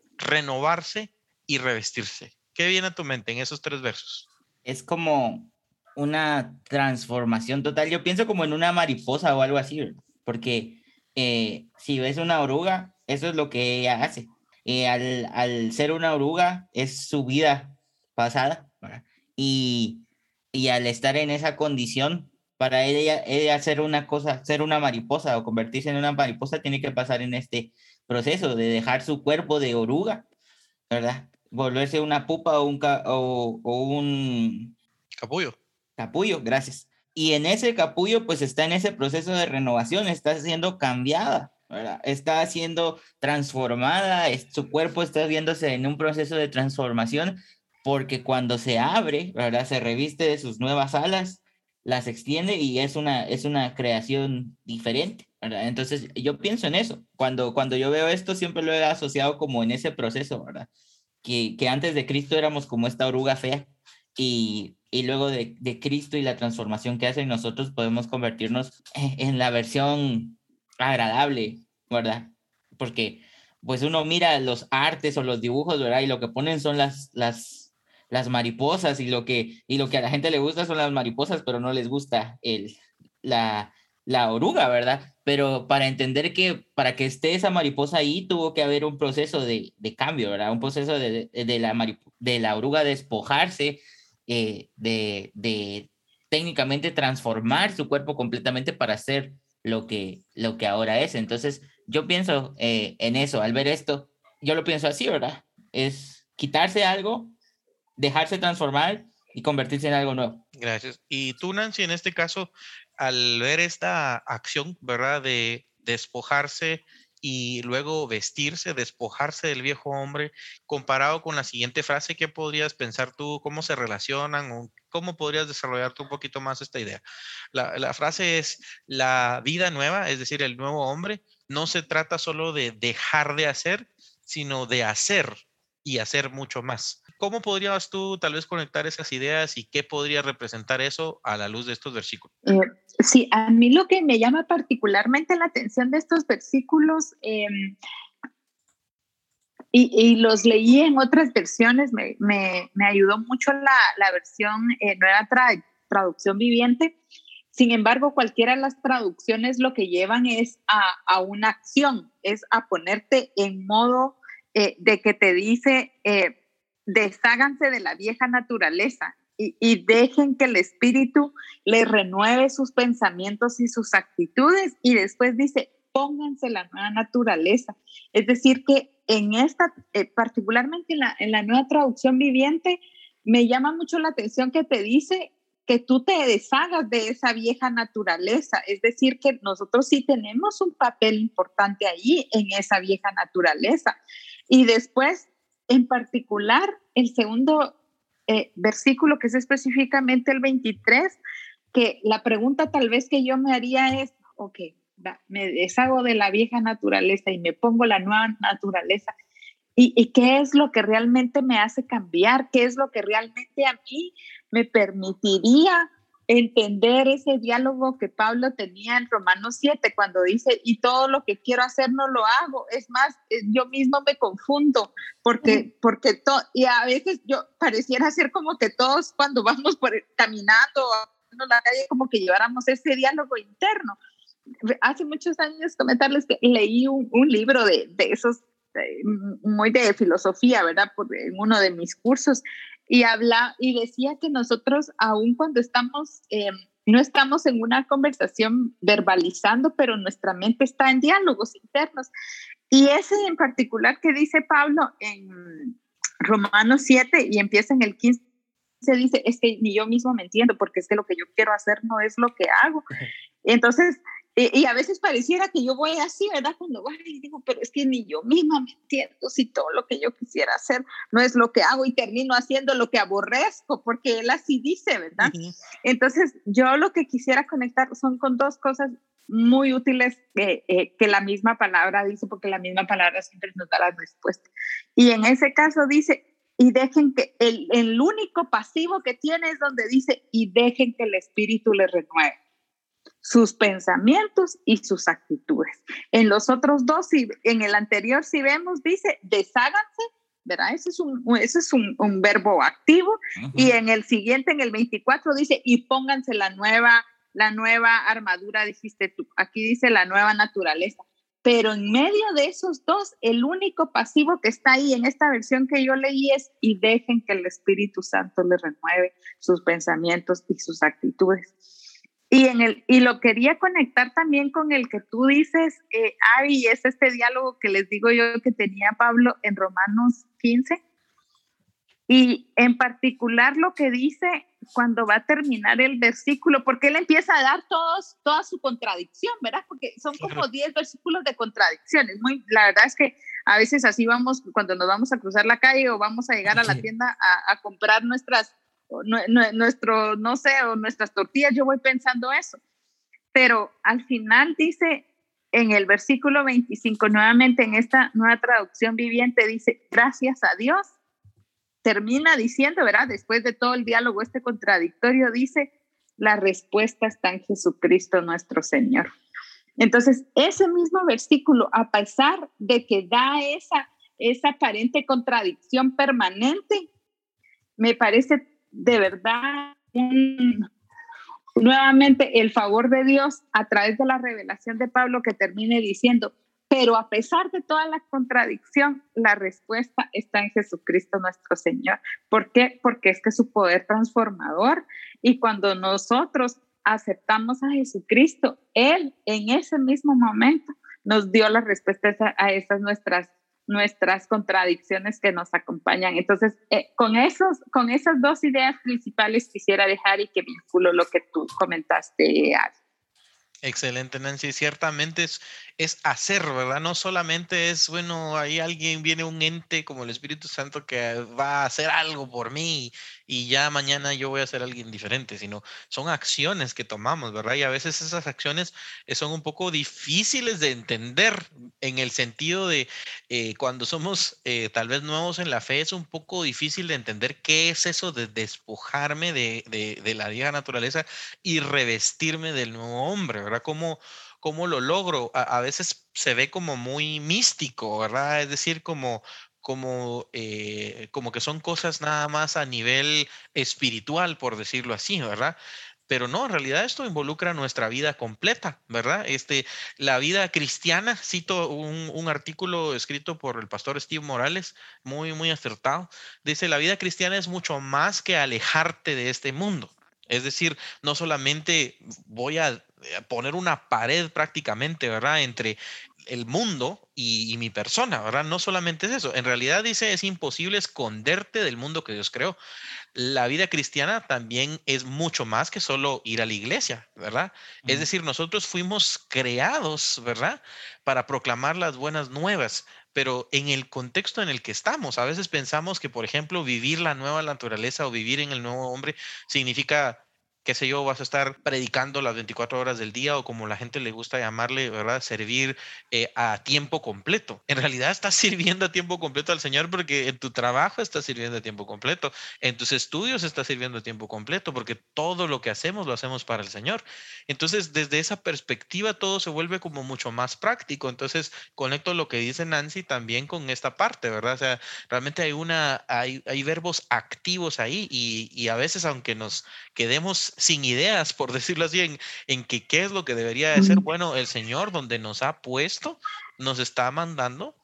renovarse y revestirse? ¿Qué viene a tu mente en esos tres versos? Es como una transformación total. Yo pienso como en una mariposa o algo así, ¿verdad? Porque eh, si ves una oruga, eso es lo que ella hace. Eh, al, al ser una oruga, es su vida pasada, ¿verdad? Y, y al estar en esa condición, para ella, ella ser una cosa, ser una mariposa o convertirse en una mariposa, tiene que pasar en este proceso de dejar su cuerpo de oruga, ¿verdad? Volverse una pupa o un, ca o, o un capullo. Capullo, gracias. Y en ese capullo, pues está en ese proceso de renovación, está siendo cambiada, ¿verdad? Está siendo transformada, es, su cuerpo está viéndose en un proceso de transformación, porque cuando se abre, ¿verdad? Se reviste de sus nuevas alas, las extiende y es una, es una creación diferente, ¿verdad? Entonces, yo pienso en eso. Cuando, cuando yo veo esto, siempre lo he asociado como en ese proceso, ¿verdad? Que, que antes de Cristo éramos como esta oruga fea y, y luego de, de Cristo y la transformación que hace en nosotros podemos convertirnos en la versión agradable, ¿verdad? Porque pues uno mira los artes o los dibujos, ¿verdad? Y lo que ponen son las, las, las mariposas y lo, que, y lo que a la gente le gusta son las mariposas, pero no les gusta el, la, la oruga, ¿verdad? Pero para entender que para que esté esa mariposa ahí tuvo que haber un proceso de, de cambio, ¿verdad? Un proceso de, de, de, la, de la oruga despojarse, eh, de, de técnicamente transformar su cuerpo completamente para ser lo que, lo que ahora es. Entonces yo pienso eh, en eso, al ver esto, yo lo pienso así, ¿verdad? Es quitarse algo, dejarse transformar y convertirse en algo nuevo. Gracias. Y tú, Nancy, en este caso, al ver esta acción, ¿verdad? De despojarse y luego vestirse, despojarse del viejo hombre, comparado con la siguiente frase, ¿qué podrías pensar tú? ¿Cómo se relacionan? ¿O cómo podrías desarrollarte un poquito más esta idea? La, la frase es la vida nueva, es decir, el nuevo hombre, no se trata solo de dejar de hacer, sino de hacer y hacer mucho más. ¿cómo podrías tú tal vez conectar esas ideas y qué podría representar eso a la luz de estos versículos? Eh, sí, a mí lo que me llama particularmente la atención de estos versículos, eh, y, y los leí en otras versiones, me, me, me ayudó mucho la, la versión eh, Nueva tra- Traducción Viviente. Sin embargo, cualquiera de las traducciones lo que llevan es a, a una acción, es a ponerte en modo eh, de que te dice, eh, desháganse de la vieja naturaleza y, y dejen que el Espíritu les renueve sus pensamientos y sus actitudes. Y después dice, pónganse la nueva naturaleza. Es decir, que en esta, eh, particularmente en la, en la Nueva Traducción Viviente, me llama mucho la atención que te dice que tú te deshagas de esa vieja naturaleza. Es decir, que nosotros sí tenemos un papel importante ahí en esa vieja naturaleza. Y después, en particular, el segundo eh, versículo, que es específicamente el veintitrés, que la pregunta tal vez que yo me haría es, ok, va, me deshago de la vieja naturaleza y me pongo la nueva naturaleza. ¿Y, ¿Y qué es lo que realmente me hace cambiar? ¿Qué es lo que realmente a mí me permitiría entender ese diálogo que Pablo tenía en Romanos siete, cuando dice, y todo lo que quiero hacer no lo hago? Es más, yo mismo me confundo, porque, porque to- y a veces yo pareciera ser como que todos cuando vamos por caminando en la calle, como que lleváramos ese diálogo interno. Hace muchos años, comentarles que leí un, un libro de, de esos muy de filosofía, ¿verdad? Por, en uno de mis cursos, y habla y decía que nosotros, aun cuando estamos, eh, no estamos en una conversación verbalizando, pero nuestra mente está en diálogos internos. Y ese en particular que dice Pablo en Romanos siete y empieza en el quince, se dice, es que ni yo mismo me entiendo, porque es que lo que yo quiero hacer no es lo que hago. Entonces, y, y a veces pareciera que yo voy así, ¿verdad? Cuando voy y digo, pero es que ni yo misma me entiendo si todo lo que yo quisiera hacer no es lo que hago, y termino haciendo lo que aborrezco, porque él así dice, ¿verdad? Uh-huh. Entonces, yo lo que quisiera conectar son con dos cosas muy útiles eh, eh, que la misma palabra dice, porque la misma palabra siempre nos da la respuesta. Y en ese caso dice, y dejen que el, el único pasivo que tiene es donde dice, y dejen que el Espíritu les renueve sus pensamientos y sus actitudes. En los otros dos, si, en el anterior, si vemos, dice, desháganse, ¿verdad? Ese es un, ese es un, un verbo activo. Uh-huh. Y en el siguiente, en el veinticuatro, dice, y pónganse la nueva, la nueva armadura, dijiste tú. Aquí dice la nueva naturaleza. Pero en medio de esos dos, el único pasivo que está ahí en esta versión que yo leí es, y dejen que el Espíritu Santo les renueve sus pensamientos y sus actitudes. Y, en el, y lo quería conectar también con el que tú dices, eh, Ari, es este diálogo que les digo yo que tenía Pablo en Romanos quince. Y en particular lo que dice cuando va a terminar el versículo, porque él empieza a dar todos, toda su contradicción, ¿verdad? Porque son como diez versículos de contradicciones. Muy, la verdad es que a veces así vamos, cuando nos vamos a cruzar la calle o vamos a llegar a la tienda a, a comprar nuestras nuestro, no sé, o nuestras tortillas, yo voy pensando eso. Pero al final dice, en el versículo veinticinco, nuevamente en esta nueva traducción viviente, dice, gracias a Dios. Termina diciendo, ¿verdad? Después de todo el diálogo este contradictorio, dice, la respuesta está en Jesucristo nuestro Señor. Entonces, ese mismo versículo, a pesar de que da esa, esa aparente contradicción permanente, me parece de verdad un, nuevamente el favor de Dios a través de la revelación de Pablo, que termine diciendo, pero a pesar de toda la contradicción, la respuesta está en Jesucristo nuestro Señor. ¿Por qué? Porque es que su poder transformador, y cuando nosotros aceptamos a Jesucristo, Él en ese mismo momento nos dio la respuesta a esas nuestras nuestras contradicciones que nos acompañan. Entonces, eh, con, esos, con esas dos ideas principales quisiera dejar, y que vinculo lo que tú comentaste, Ari. Excelente, Nancy. Ciertamente es, es hacer, ¿verdad? No solamente es, bueno, ahí alguien viene, un ente como el Espíritu Santo que va a hacer algo por mí y ya mañana yo voy a ser alguien diferente, sino son acciones que tomamos, ¿verdad? Y a veces esas acciones eh, son un poco difíciles de entender en el sentido de eh, cuando somos eh, tal vez nuevos en la fe, es un poco difícil de entender qué es eso de despojarme de, de, de la vieja naturaleza y revestirme del nuevo hombre, ¿verdad? ¿Cómo, cómo lo logro? A, a veces se ve como muy místico, ¿verdad? Es decir, como como, eh, como que son cosas nada más a nivel espiritual, por decirlo así, ¿verdad? Pero no, en realidad esto involucra nuestra vida completa, ¿verdad? Este, la vida cristiana, cito un, un artículo escrito por el pastor Steve Morales, muy, muy acertado, dice, la vida cristiana es mucho más que alejarte de este mundo. Es decir, no solamente voy a eh, poner una pared prácticamente, ¿verdad? Entre el mundo y, y mi persona, ¿verdad? No solamente es eso. En realidad dice, es imposible esconderte del mundo que Dios creó. La vida cristiana también es mucho más que solo ir a la iglesia, ¿verdad? Es Mm. decir, nosotros fuimos creados, ¿verdad? Para proclamar las buenas nuevas, pero en el contexto en el que estamos, a veces pensamos que, por ejemplo, vivir la nueva naturaleza o vivir en el nuevo hombre significa, qué sé yo, vas a estar predicando las veinticuatro horas del día o como la gente le gusta llamarle, ¿verdad? Servir eh, a tiempo completo. En realidad estás sirviendo a tiempo completo al Señor porque en tu trabajo estás sirviendo a tiempo completo, en tus estudios estás sirviendo a tiempo completo, porque todo lo que hacemos lo hacemos para el Señor. Entonces, desde esa perspectiva, todo se vuelve como mucho más práctico. Entonces, conecto lo que dice Nancy también con esta parte, ¿verdad? O sea, realmente hay una, hay, hay verbos activos ahí y, y a veces, aunque nos quedemos sin ideas, por decirlo así, en, en que qué es lo que debería de ser, bueno, el Señor donde nos ha puesto, nos está mandando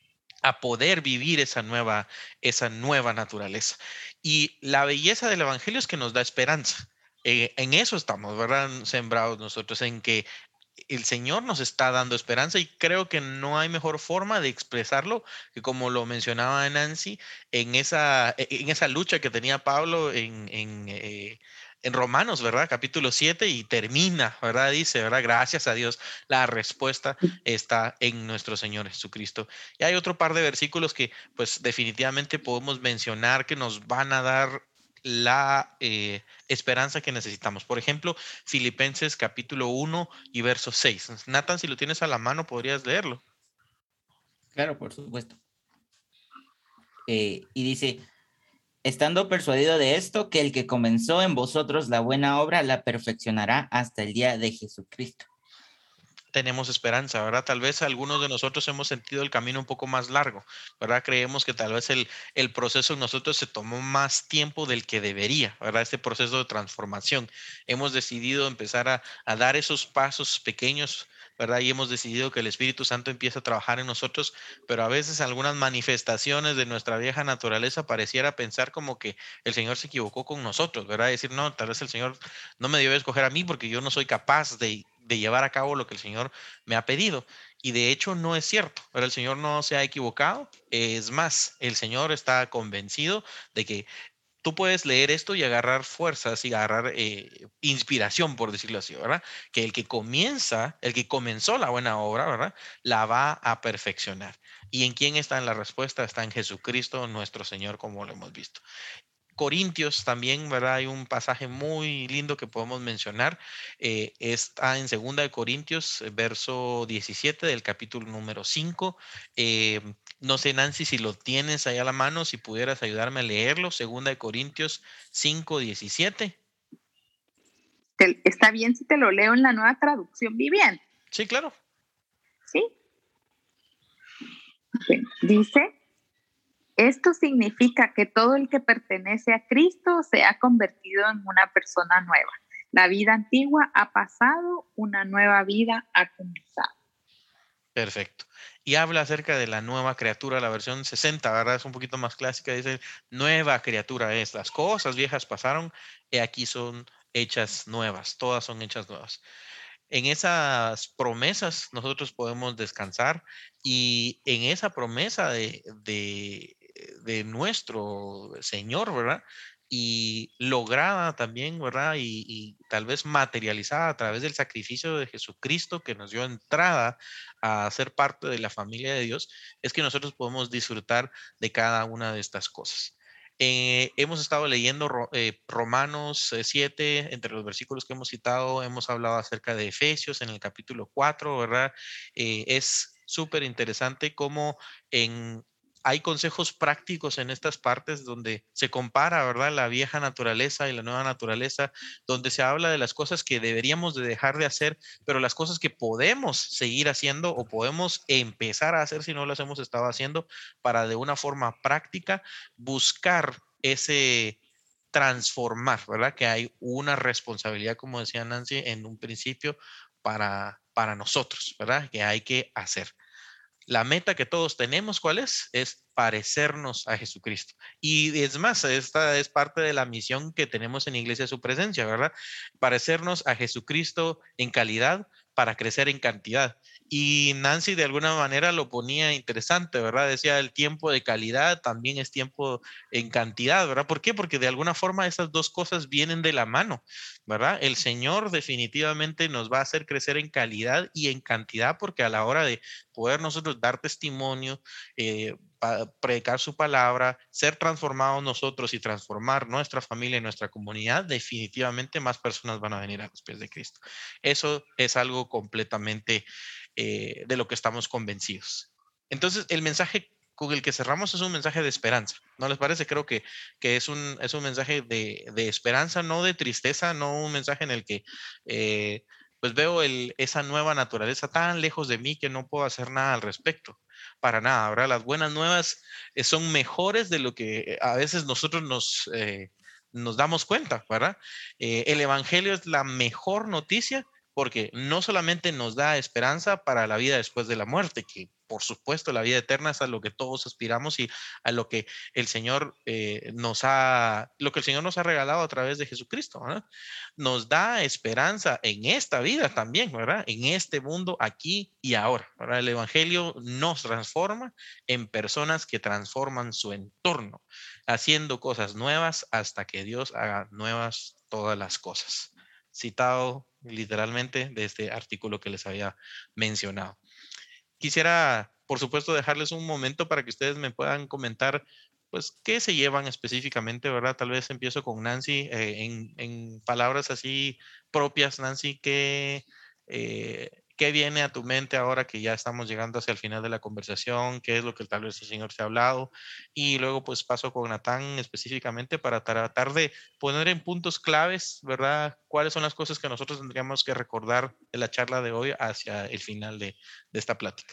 a poder vivir esa nueva, esa nueva naturaleza. Y la belleza del Evangelio es que nos da esperanza. Eh, en eso estamos, ¿verdad? Sembrados nosotros, en que el Señor nos está dando esperanza y creo que no hay mejor forma de expresarlo que como lo mencionaba Nancy, en esa, e, en esa lucha que tenía Pablo en, en, eh, en Romanos, ¿verdad? Capítulo siete y termina, ¿verdad? Dice, ¿verdad? Gracias a Dios, la respuesta está en nuestro Señor Jesucristo. Y hay otro par de versículos que pues definitivamente podemos mencionar que nos van a dar la eh, esperanza que necesitamos. Por ejemplo, Filipenses capítulo uno y verso seis. Nathan, si lo tienes a la mano, podrías leerlo. Claro, por supuesto. Eh, y dice, estando persuadido de esto, que el que comenzó en vosotros la buena obra la perfeccionará hasta el día de Jesucristo. Tenemos esperanza, ¿verdad? Tal vez algunos de nosotros hemos sentido el camino un poco más largo, ¿verdad? Creemos que tal vez el, el proceso en nosotros se tomó más tiempo del que debería, ¿verdad? Este proceso de transformación. Hemos decidido empezar a, a dar esos pasos pequeños, ¿verdad? Y hemos decidido que el Espíritu Santo empiece a trabajar en nosotros, pero a veces algunas manifestaciones de nuestra vieja naturaleza pareciera pensar como que el Señor se equivocó con nosotros, ¿verdad? Decir, no, tal vez el Señor no me debió escoger a mí porque yo no soy capaz de de llevar a cabo lo que el Señor me ha pedido. Y de hecho no es cierto, pero el Señor no se ha equivocado. Es más, el Señor está convencido de que tú puedes leer esto y agarrar fuerzas y agarrar eh, inspiración, por decirlo así, ¿verdad? Que el que comienza, el que comenzó la buena obra, ¿verdad? La va a perfeccionar. ¿Y en quién está en la respuesta? Está en Jesucristo, nuestro Señor, como lo hemos visto. Corintios también, ¿verdad? Hay un pasaje muy lindo que podemos mencionar. Eh, está en Segunda de Corintios, eh, verso diecisiete del capítulo número cinco. Eh, no sé, Nancy, si lo tienes ahí a la mano, si pudieras ayudarme a leerlo. Segunda de Corintios cinco diecisiete. Te- ¿Está bien si te lo leo en la nueva traducción viviente? Sí, claro. ¿Sí? Bueno, dice, esto significa que todo el que pertenece a Cristo se ha convertido en una persona nueva. La vida antigua ha pasado, una nueva vida ha comenzado. Perfecto. Y habla acerca de la nueva criatura, la versión sesenta, ¿verdad? Es un poquito más clásica. Dice, nueva criatura es. Las cosas viejas pasaron y aquí son hechas nuevas. Todas son hechas nuevas. En esas promesas nosotros podemos descansar y en esa promesa de, de, de nuestro Señor, ¿verdad? Y lograda también, ¿verdad? Y, y tal vez materializada a través del sacrificio de Jesucristo que nos dio entrada a ser parte de la familia de Dios, es que nosotros podemos disfrutar de cada una de estas cosas. Eh, hemos estado leyendo eh, Romanos siete, entre los versículos que hemos citado, hemos hablado acerca de Efesios en el capítulo cuatro, ¿verdad? Eh, es súper interesante cómo en... hay consejos prácticos en estas partes donde se compara, ¿verdad?, la vieja naturaleza y la nueva naturaleza, donde se habla de las cosas que deberíamos de dejar de hacer, pero las cosas que podemos seguir haciendo o podemos empezar a hacer si no las hemos estado haciendo, para de una forma práctica buscar ese transformar, ¿verdad? Que hay una responsabilidad, como decía Nancy en un principio, para, para nosotros, ¿verdad? Que hay que hacer. La meta que todos tenemos, ¿cuál es? Es parecernos a Jesucristo. Y es más, esta es parte de la misión que tenemos en Iglesia Su Presencia, ¿verdad? Parecernos a Jesucristo en calidad para crecer en cantidad. Y Nancy de alguna manera lo ponía interesante, ¿verdad? Decía, el tiempo de calidad también es tiempo en cantidad, ¿verdad? ¿Por qué? Porque de alguna forma esas dos cosas vienen de la mano, ¿verdad? El Señor definitivamente nos va a hacer crecer en calidad y en cantidad, porque a la hora de poder nosotros dar testimonio, eh, predicar su palabra, ser transformados nosotros y transformar nuestra familia y nuestra comunidad, definitivamente más personas van a venir a los pies de Cristo. Eso es algo completamente eh, de lo que estamos convencidos. Entonces, el mensaje con el que cerramos es un mensaje de esperanza, ¿no les parece? Creo que, que es, un, es un mensaje de, de esperanza, no de tristeza, no un mensaje en el que eh, pues veo el, esa nueva naturaleza tan lejos de mí que no puedo hacer nada al respecto. Para nada, ¿verdad? Las buenas nuevas eh, son mejores de lo que a veces nosotros nos, eh, nos damos cuenta, ¿verdad? Eh, el Evangelio es la mejor noticia porque no solamente nos da esperanza para la vida después de la muerte, que por supuesto la vida eterna es a lo que todos aspiramos y a lo que el Señor eh, nos ha, lo que el Señor nos ha regalado a través de Jesucristo, ¿verdad? Nos da esperanza en esta vida también, ¿verdad? En este mundo, aquí y ahora, ¿verdad? El Evangelio nos transforma en personas que transforman su entorno, haciendo cosas nuevas hasta que Dios haga nuevas todas las cosas. Citado literalmente de este artículo que les había mencionado. Quisiera, por supuesto, dejarles un momento para que ustedes me puedan comentar, pues, qué se llevan específicamente, ¿verdad? Tal vez empiezo con Nancy, eh, en, en palabras así propias, Nancy, ¿qué, eh, ¿qué viene a tu mente ahora que ya estamos llegando hacia el final de la conversación? ¿Qué es lo que tal vez el Señor te ha hablado? Y luego, pues, paso con Natán específicamente para tratar de poner en puntos claves, ¿verdad? ¿Cuáles son las cosas que nosotros tendríamos que recordar de la charla de hoy hacia el final de, de esta plática?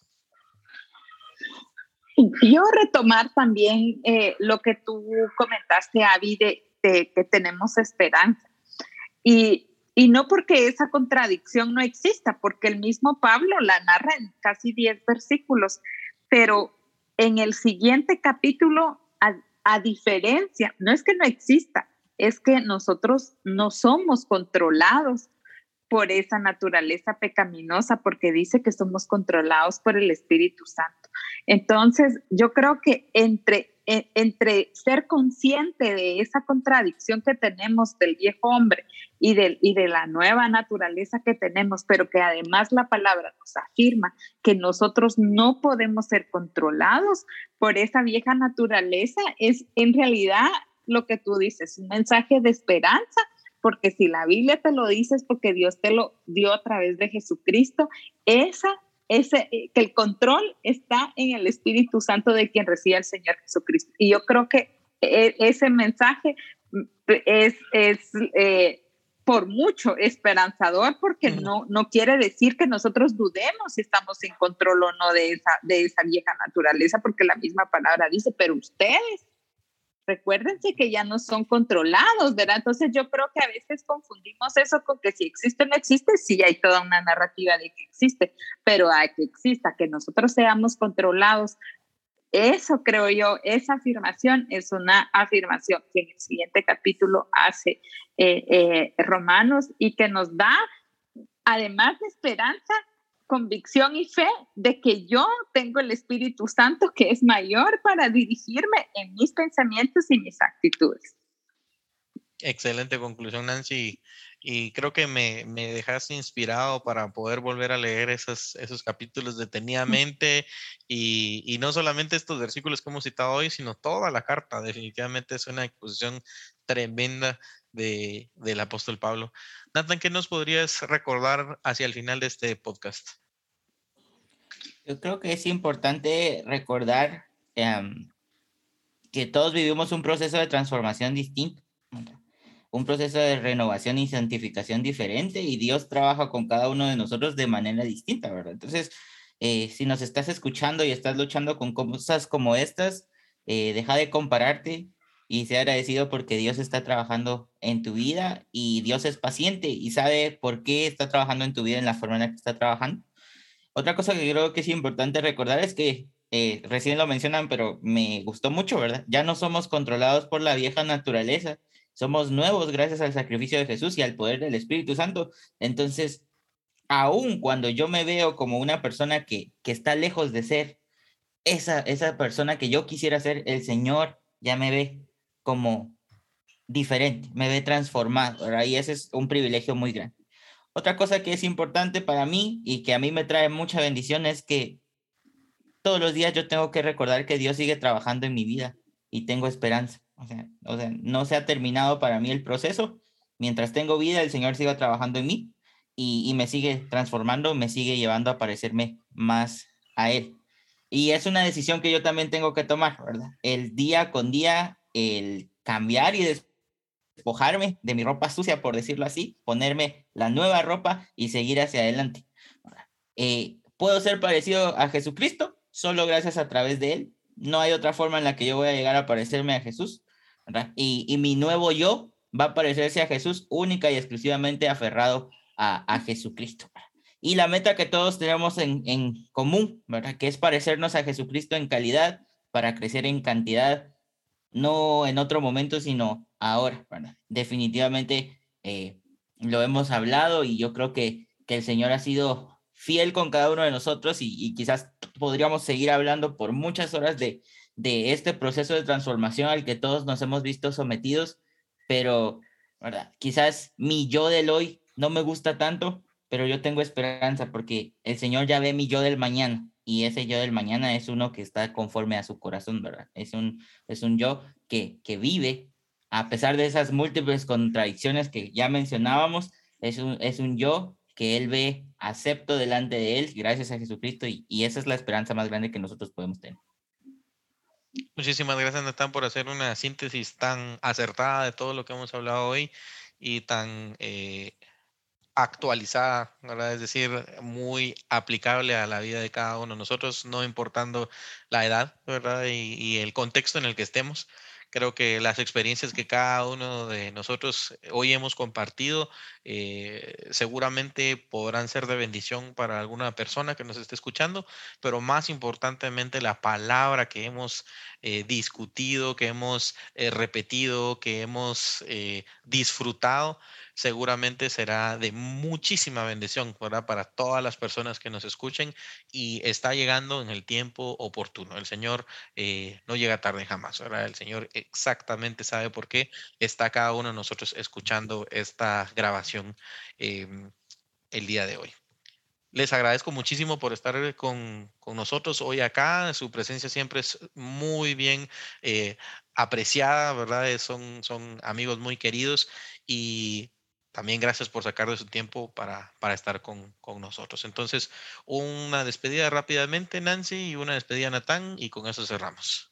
Yo retomar también eh, lo que tú comentaste, Avi, de, de que tenemos esperanza. Y, y no porque esa contradicción no exista, porque el mismo Pablo la narra en casi diez versículos, pero en el siguiente capítulo, a, a diferencia, no es que no exista, es que nosotros no somos controlados por esa naturaleza pecaminosa, porque dice que somos controlados por el Espíritu Santo. Entonces, yo creo que entre, eh, entre ser consciente de esa contradicción que tenemos del viejo hombre y de, y de la nueva naturaleza que tenemos, pero que además la palabra nos afirma que nosotros no podemos ser controlados por esa vieja naturaleza, es en realidad lo que tú dices, un mensaje de esperanza, porque si la Biblia te lo dice es porque Dios te lo dio a través de Jesucristo, esa, ese, que el control está en el Espíritu Santo de quien recibe al Señor Jesucristo. Y yo creo que ese mensaje es, es eh, por mucho esperanzador, porque no, no quiere decir que nosotros dudemos si estamos en control o no de esa, de esa vieja naturaleza, porque la misma palabra dice, pero ustedes, recuérdense que ya no son controlados, ¿verdad? Entonces yo creo que a veces confundimos eso con que si existe o no existe, sí hay toda una narrativa de que existe, pero a que exista, que nosotros seamos controlados, eso creo yo, esa afirmación es una afirmación que en el siguiente capítulo hace eh, eh, Romanos y que nos da, además de esperanza, convicción y fe de que yo tengo el Espíritu Santo que es mayor para dirigirme en mis pensamientos y mis actitudes. Excelente conclusión, Nancy. y creo que me, me dejaste inspirado para poder volver a leer esos, esos capítulos detenidamente y, y no solamente estos versículos que hemos citado hoy, sino toda la carta. Definitivamente es una exposición tremenda de, del apóstol Pablo. Nathan, ¿qué nos podrías recordar hacia el final de este podcast? Yo creo que es importante recordar um, que todos vivimos un proceso de transformación distinto, un proceso de renovación y santificación diferente, y Dios trabaja con cada uno de nosotros de manera distinta, ¿verdad? Entonces, eh, si nos estás escuchando y estás luchando con cosas como estas, eh, deja de compararte y sea agradecido porque Dios está trabajando en tu vida, y Dios es paciente y sabe por qué está trabajando en tu vida en la forma en la que está trabajando. Otra cosa que creo que es importante recordar es que eh, recién lo mencionan, pero me gustó mucho, ¿verdad? Ya no somos controlados por la vieja naturaleza, somos nuevos gracias al sacrificio de Jesús y al poder del Espíritu Santo. Entonces, aun cuando yo me veo como una persona que, que está lejos de ser esa, esa persona que yo quisiera ser, el Señor ya me ve como diferente, me ve transformado, ¿verdad? Y ese es un privilegio muy grande. Otra cosa que es importante para mí y que a mí me trae mucha bendición es que todos los días yo tengo que recordar que Dios sigue trabajando en mi vida y tengo esperanza. O sea, o sea, no se ha terminado para mí el proceso. Mientras tengo vida, el Señor sigue trabajando en mí y, y me sigue transformando, me sigue llevando a parecerme más a Él. Y es una decisión que yo también tengo que tomar, ¿verdad? El día con día, el cambiar y despojarme de mi ropa sucia, por decirlo así, ponerme la nueva ropa y seguir hacia adelante. Eh, ¿Puedo ser parecido a Jesucristo? Solo gracias a través de Él. No hay otra forma en la que yo voy a llegar a parecerme a Jesús, ¿verdad? Y, y mi nuevo yo va a parecerse a Jesús única y exclusivamente aferrado a, a Jesucristo. Y la meta que todos tenemos en, en común, ¿verdad? Que es parecernos a Jesucristo en calidad para crecer en cantidad, no en otro momento, sino ahora, ¿verdad? Definitivamente eh, lo hemos hablado, y yo creo que, que el Señor ha sido fiel con cada uno de nosotros, y, y quizás podríamos seguir hablando por muchas horas de, de este proceso de transformación al que todos nos hemos visto sometidos, pero, ¿verdad? Quizás mi yo del hoy no me gusta tanto, pero yo tengo esperanza porque el Señor ya ve mi yo del mañana, y ese yo del mañana es uno que está conforme a su corazón, ¿verdad? Es un, es un yo que, que vive a pesar de esas múltiples contradicciones que ya mencionábamos. Es un, es un yo que Él ve acepto delante de Él gracias a Jesucristo, y, y esa es la esperanza más grande que nosotros podemos tener. Muchísimas gracias, Natán, por hacer una síntesis tan acertada de todo lo que hemos hablado hoy y tan eh, actualizada, ¿verdad? Es decir, muy aplicable a la vida de cada uno de nosotros, no importando la edad, ¿verdad? Y, y el contexto en el que estemos. Creo que las experiencias que cada uno de nosotros hoy hemos compartido eh, seguramente podrán ser de bendición para alguna persona que nos esté escuchando, pero más importantemente la palabra que hemos eh, discutido, que hemos eh, repetido, que hemos eh, disfrutado, seguramente será de muchísima bendición, ¿verdad? Para todas las personas que nos escuchen, y está llegando en el tiempo oportuno. El Señor eh, no llega tarde jamás, ¿verdad? El Señor exactamente sabe por qué está cada uno de nosotros escuchando esta grabación eh, el día de hoy. Les agradezco muchísimo por estar con, con nosotros hoy acá. Su presencia siempre es muy bien eh, apreciada, ¿verdad? Eh, Son, son amigos muy queridos, y también gracias por sacar de su tiempo para, para estar con, con nosotros. Entonces, una despedida rápidamente, Nancy, y una despedida, Natán, y con eso cerramos.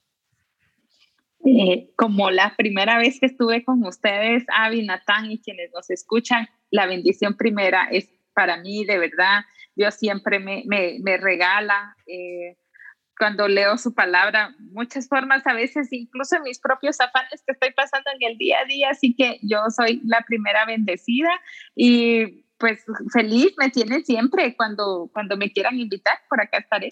Eh, como la primera vez que estuve con ustedes, Avi, Natán y quienes nos escuchan, la bendición primera es para mí, de verdad. Dios siempre me, me, me regala, eh, cuando leo su palabra, muchas formas, a veces incluso mis propios afanes que estoy pasando en el día a día, así que yo soy la primera bendecida, y pues feliz me tienen siempre. Cuando, cuando me quieran invitar, por acá estaré.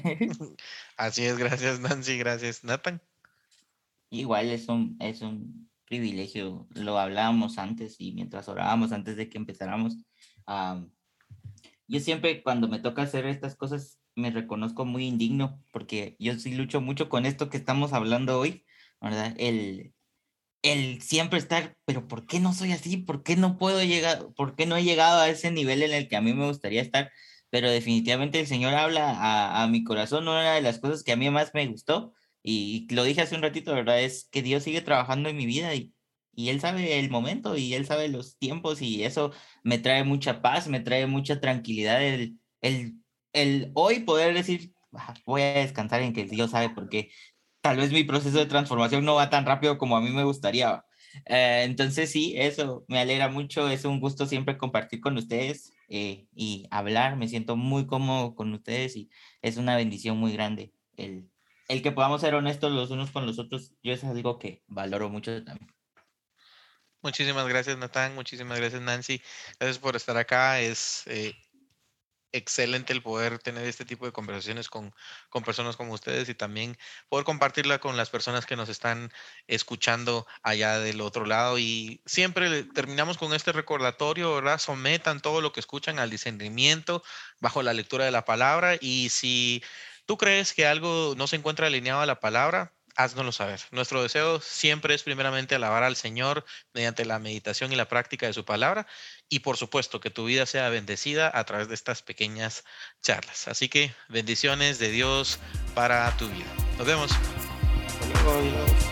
Así es, gracias, Nancy, gracias, Natán. Igual es un, es un privilegio, lo hablábamos antes y mientras orábamos antes de que empezáramos. Um, yo siempre cuando me toca hacer estas cosas me reconozco muy indigno, porque yo sí lucho mucho con esto que estamos hablando hoy, ¿verdad? El, el siempre estar, pero ¿por qué no soy así? ¿Por qué no puedo llegar? ¿Por qué no he llegado a ese nivel en el que a mí me gustaría estar? Pero definitivamente el Señor habla a, a mi corazón. Una de las cosas que a mí más me gustó, y lo dije hace un ratito, ¿verdad? Es que Dios sigue trabajando en mi vida y, y Él sabe el momento y Él sabe los tiempos y eso me trae mucha paz, me trae mucha tranquilidad el, el, el hoy poder decir, "Ah, voy a descansar en que Dios sabe por qué tal vez mi proceso de transformación no va tan rápido como a mí me gustaría". Eh, entonces sí, eso me alegra mucho, es un gusto siempre compartir con ustedes eh, y hablar, me siento muy cómodo con ustedes y es una bendición muy grande el, el que podamos ser honestos los unos con los otros. Yo es algo que valoro mucho también. Muchísimas gracias, Natán. Muchísimas gracias, Nancy. Gracias por estar acá. Es eh, excelente el poder tener este tipo de conversaciones con, con personas como ustedes y también poder compartirla con las personas que nos están escuchando allá del otro lado. Y siempre terminamos con este recordatorio, ¿verdad? Sometan todo lo que escuchan al discernimiento bajo la lectura de la palabra. Y si tú crees que algo no se encuentra alineado a la palabra, háznoslo saber. Nuestro deseo siempre es primeramente alabar al Señor mediante la meditación y la práctica de su palabra y por supuesto que tu vida sea bendecida a través de estas pequeñas charlas. Así que bendiciones de Dios para tu vida. Nos vemos. Hasta luego, Dios.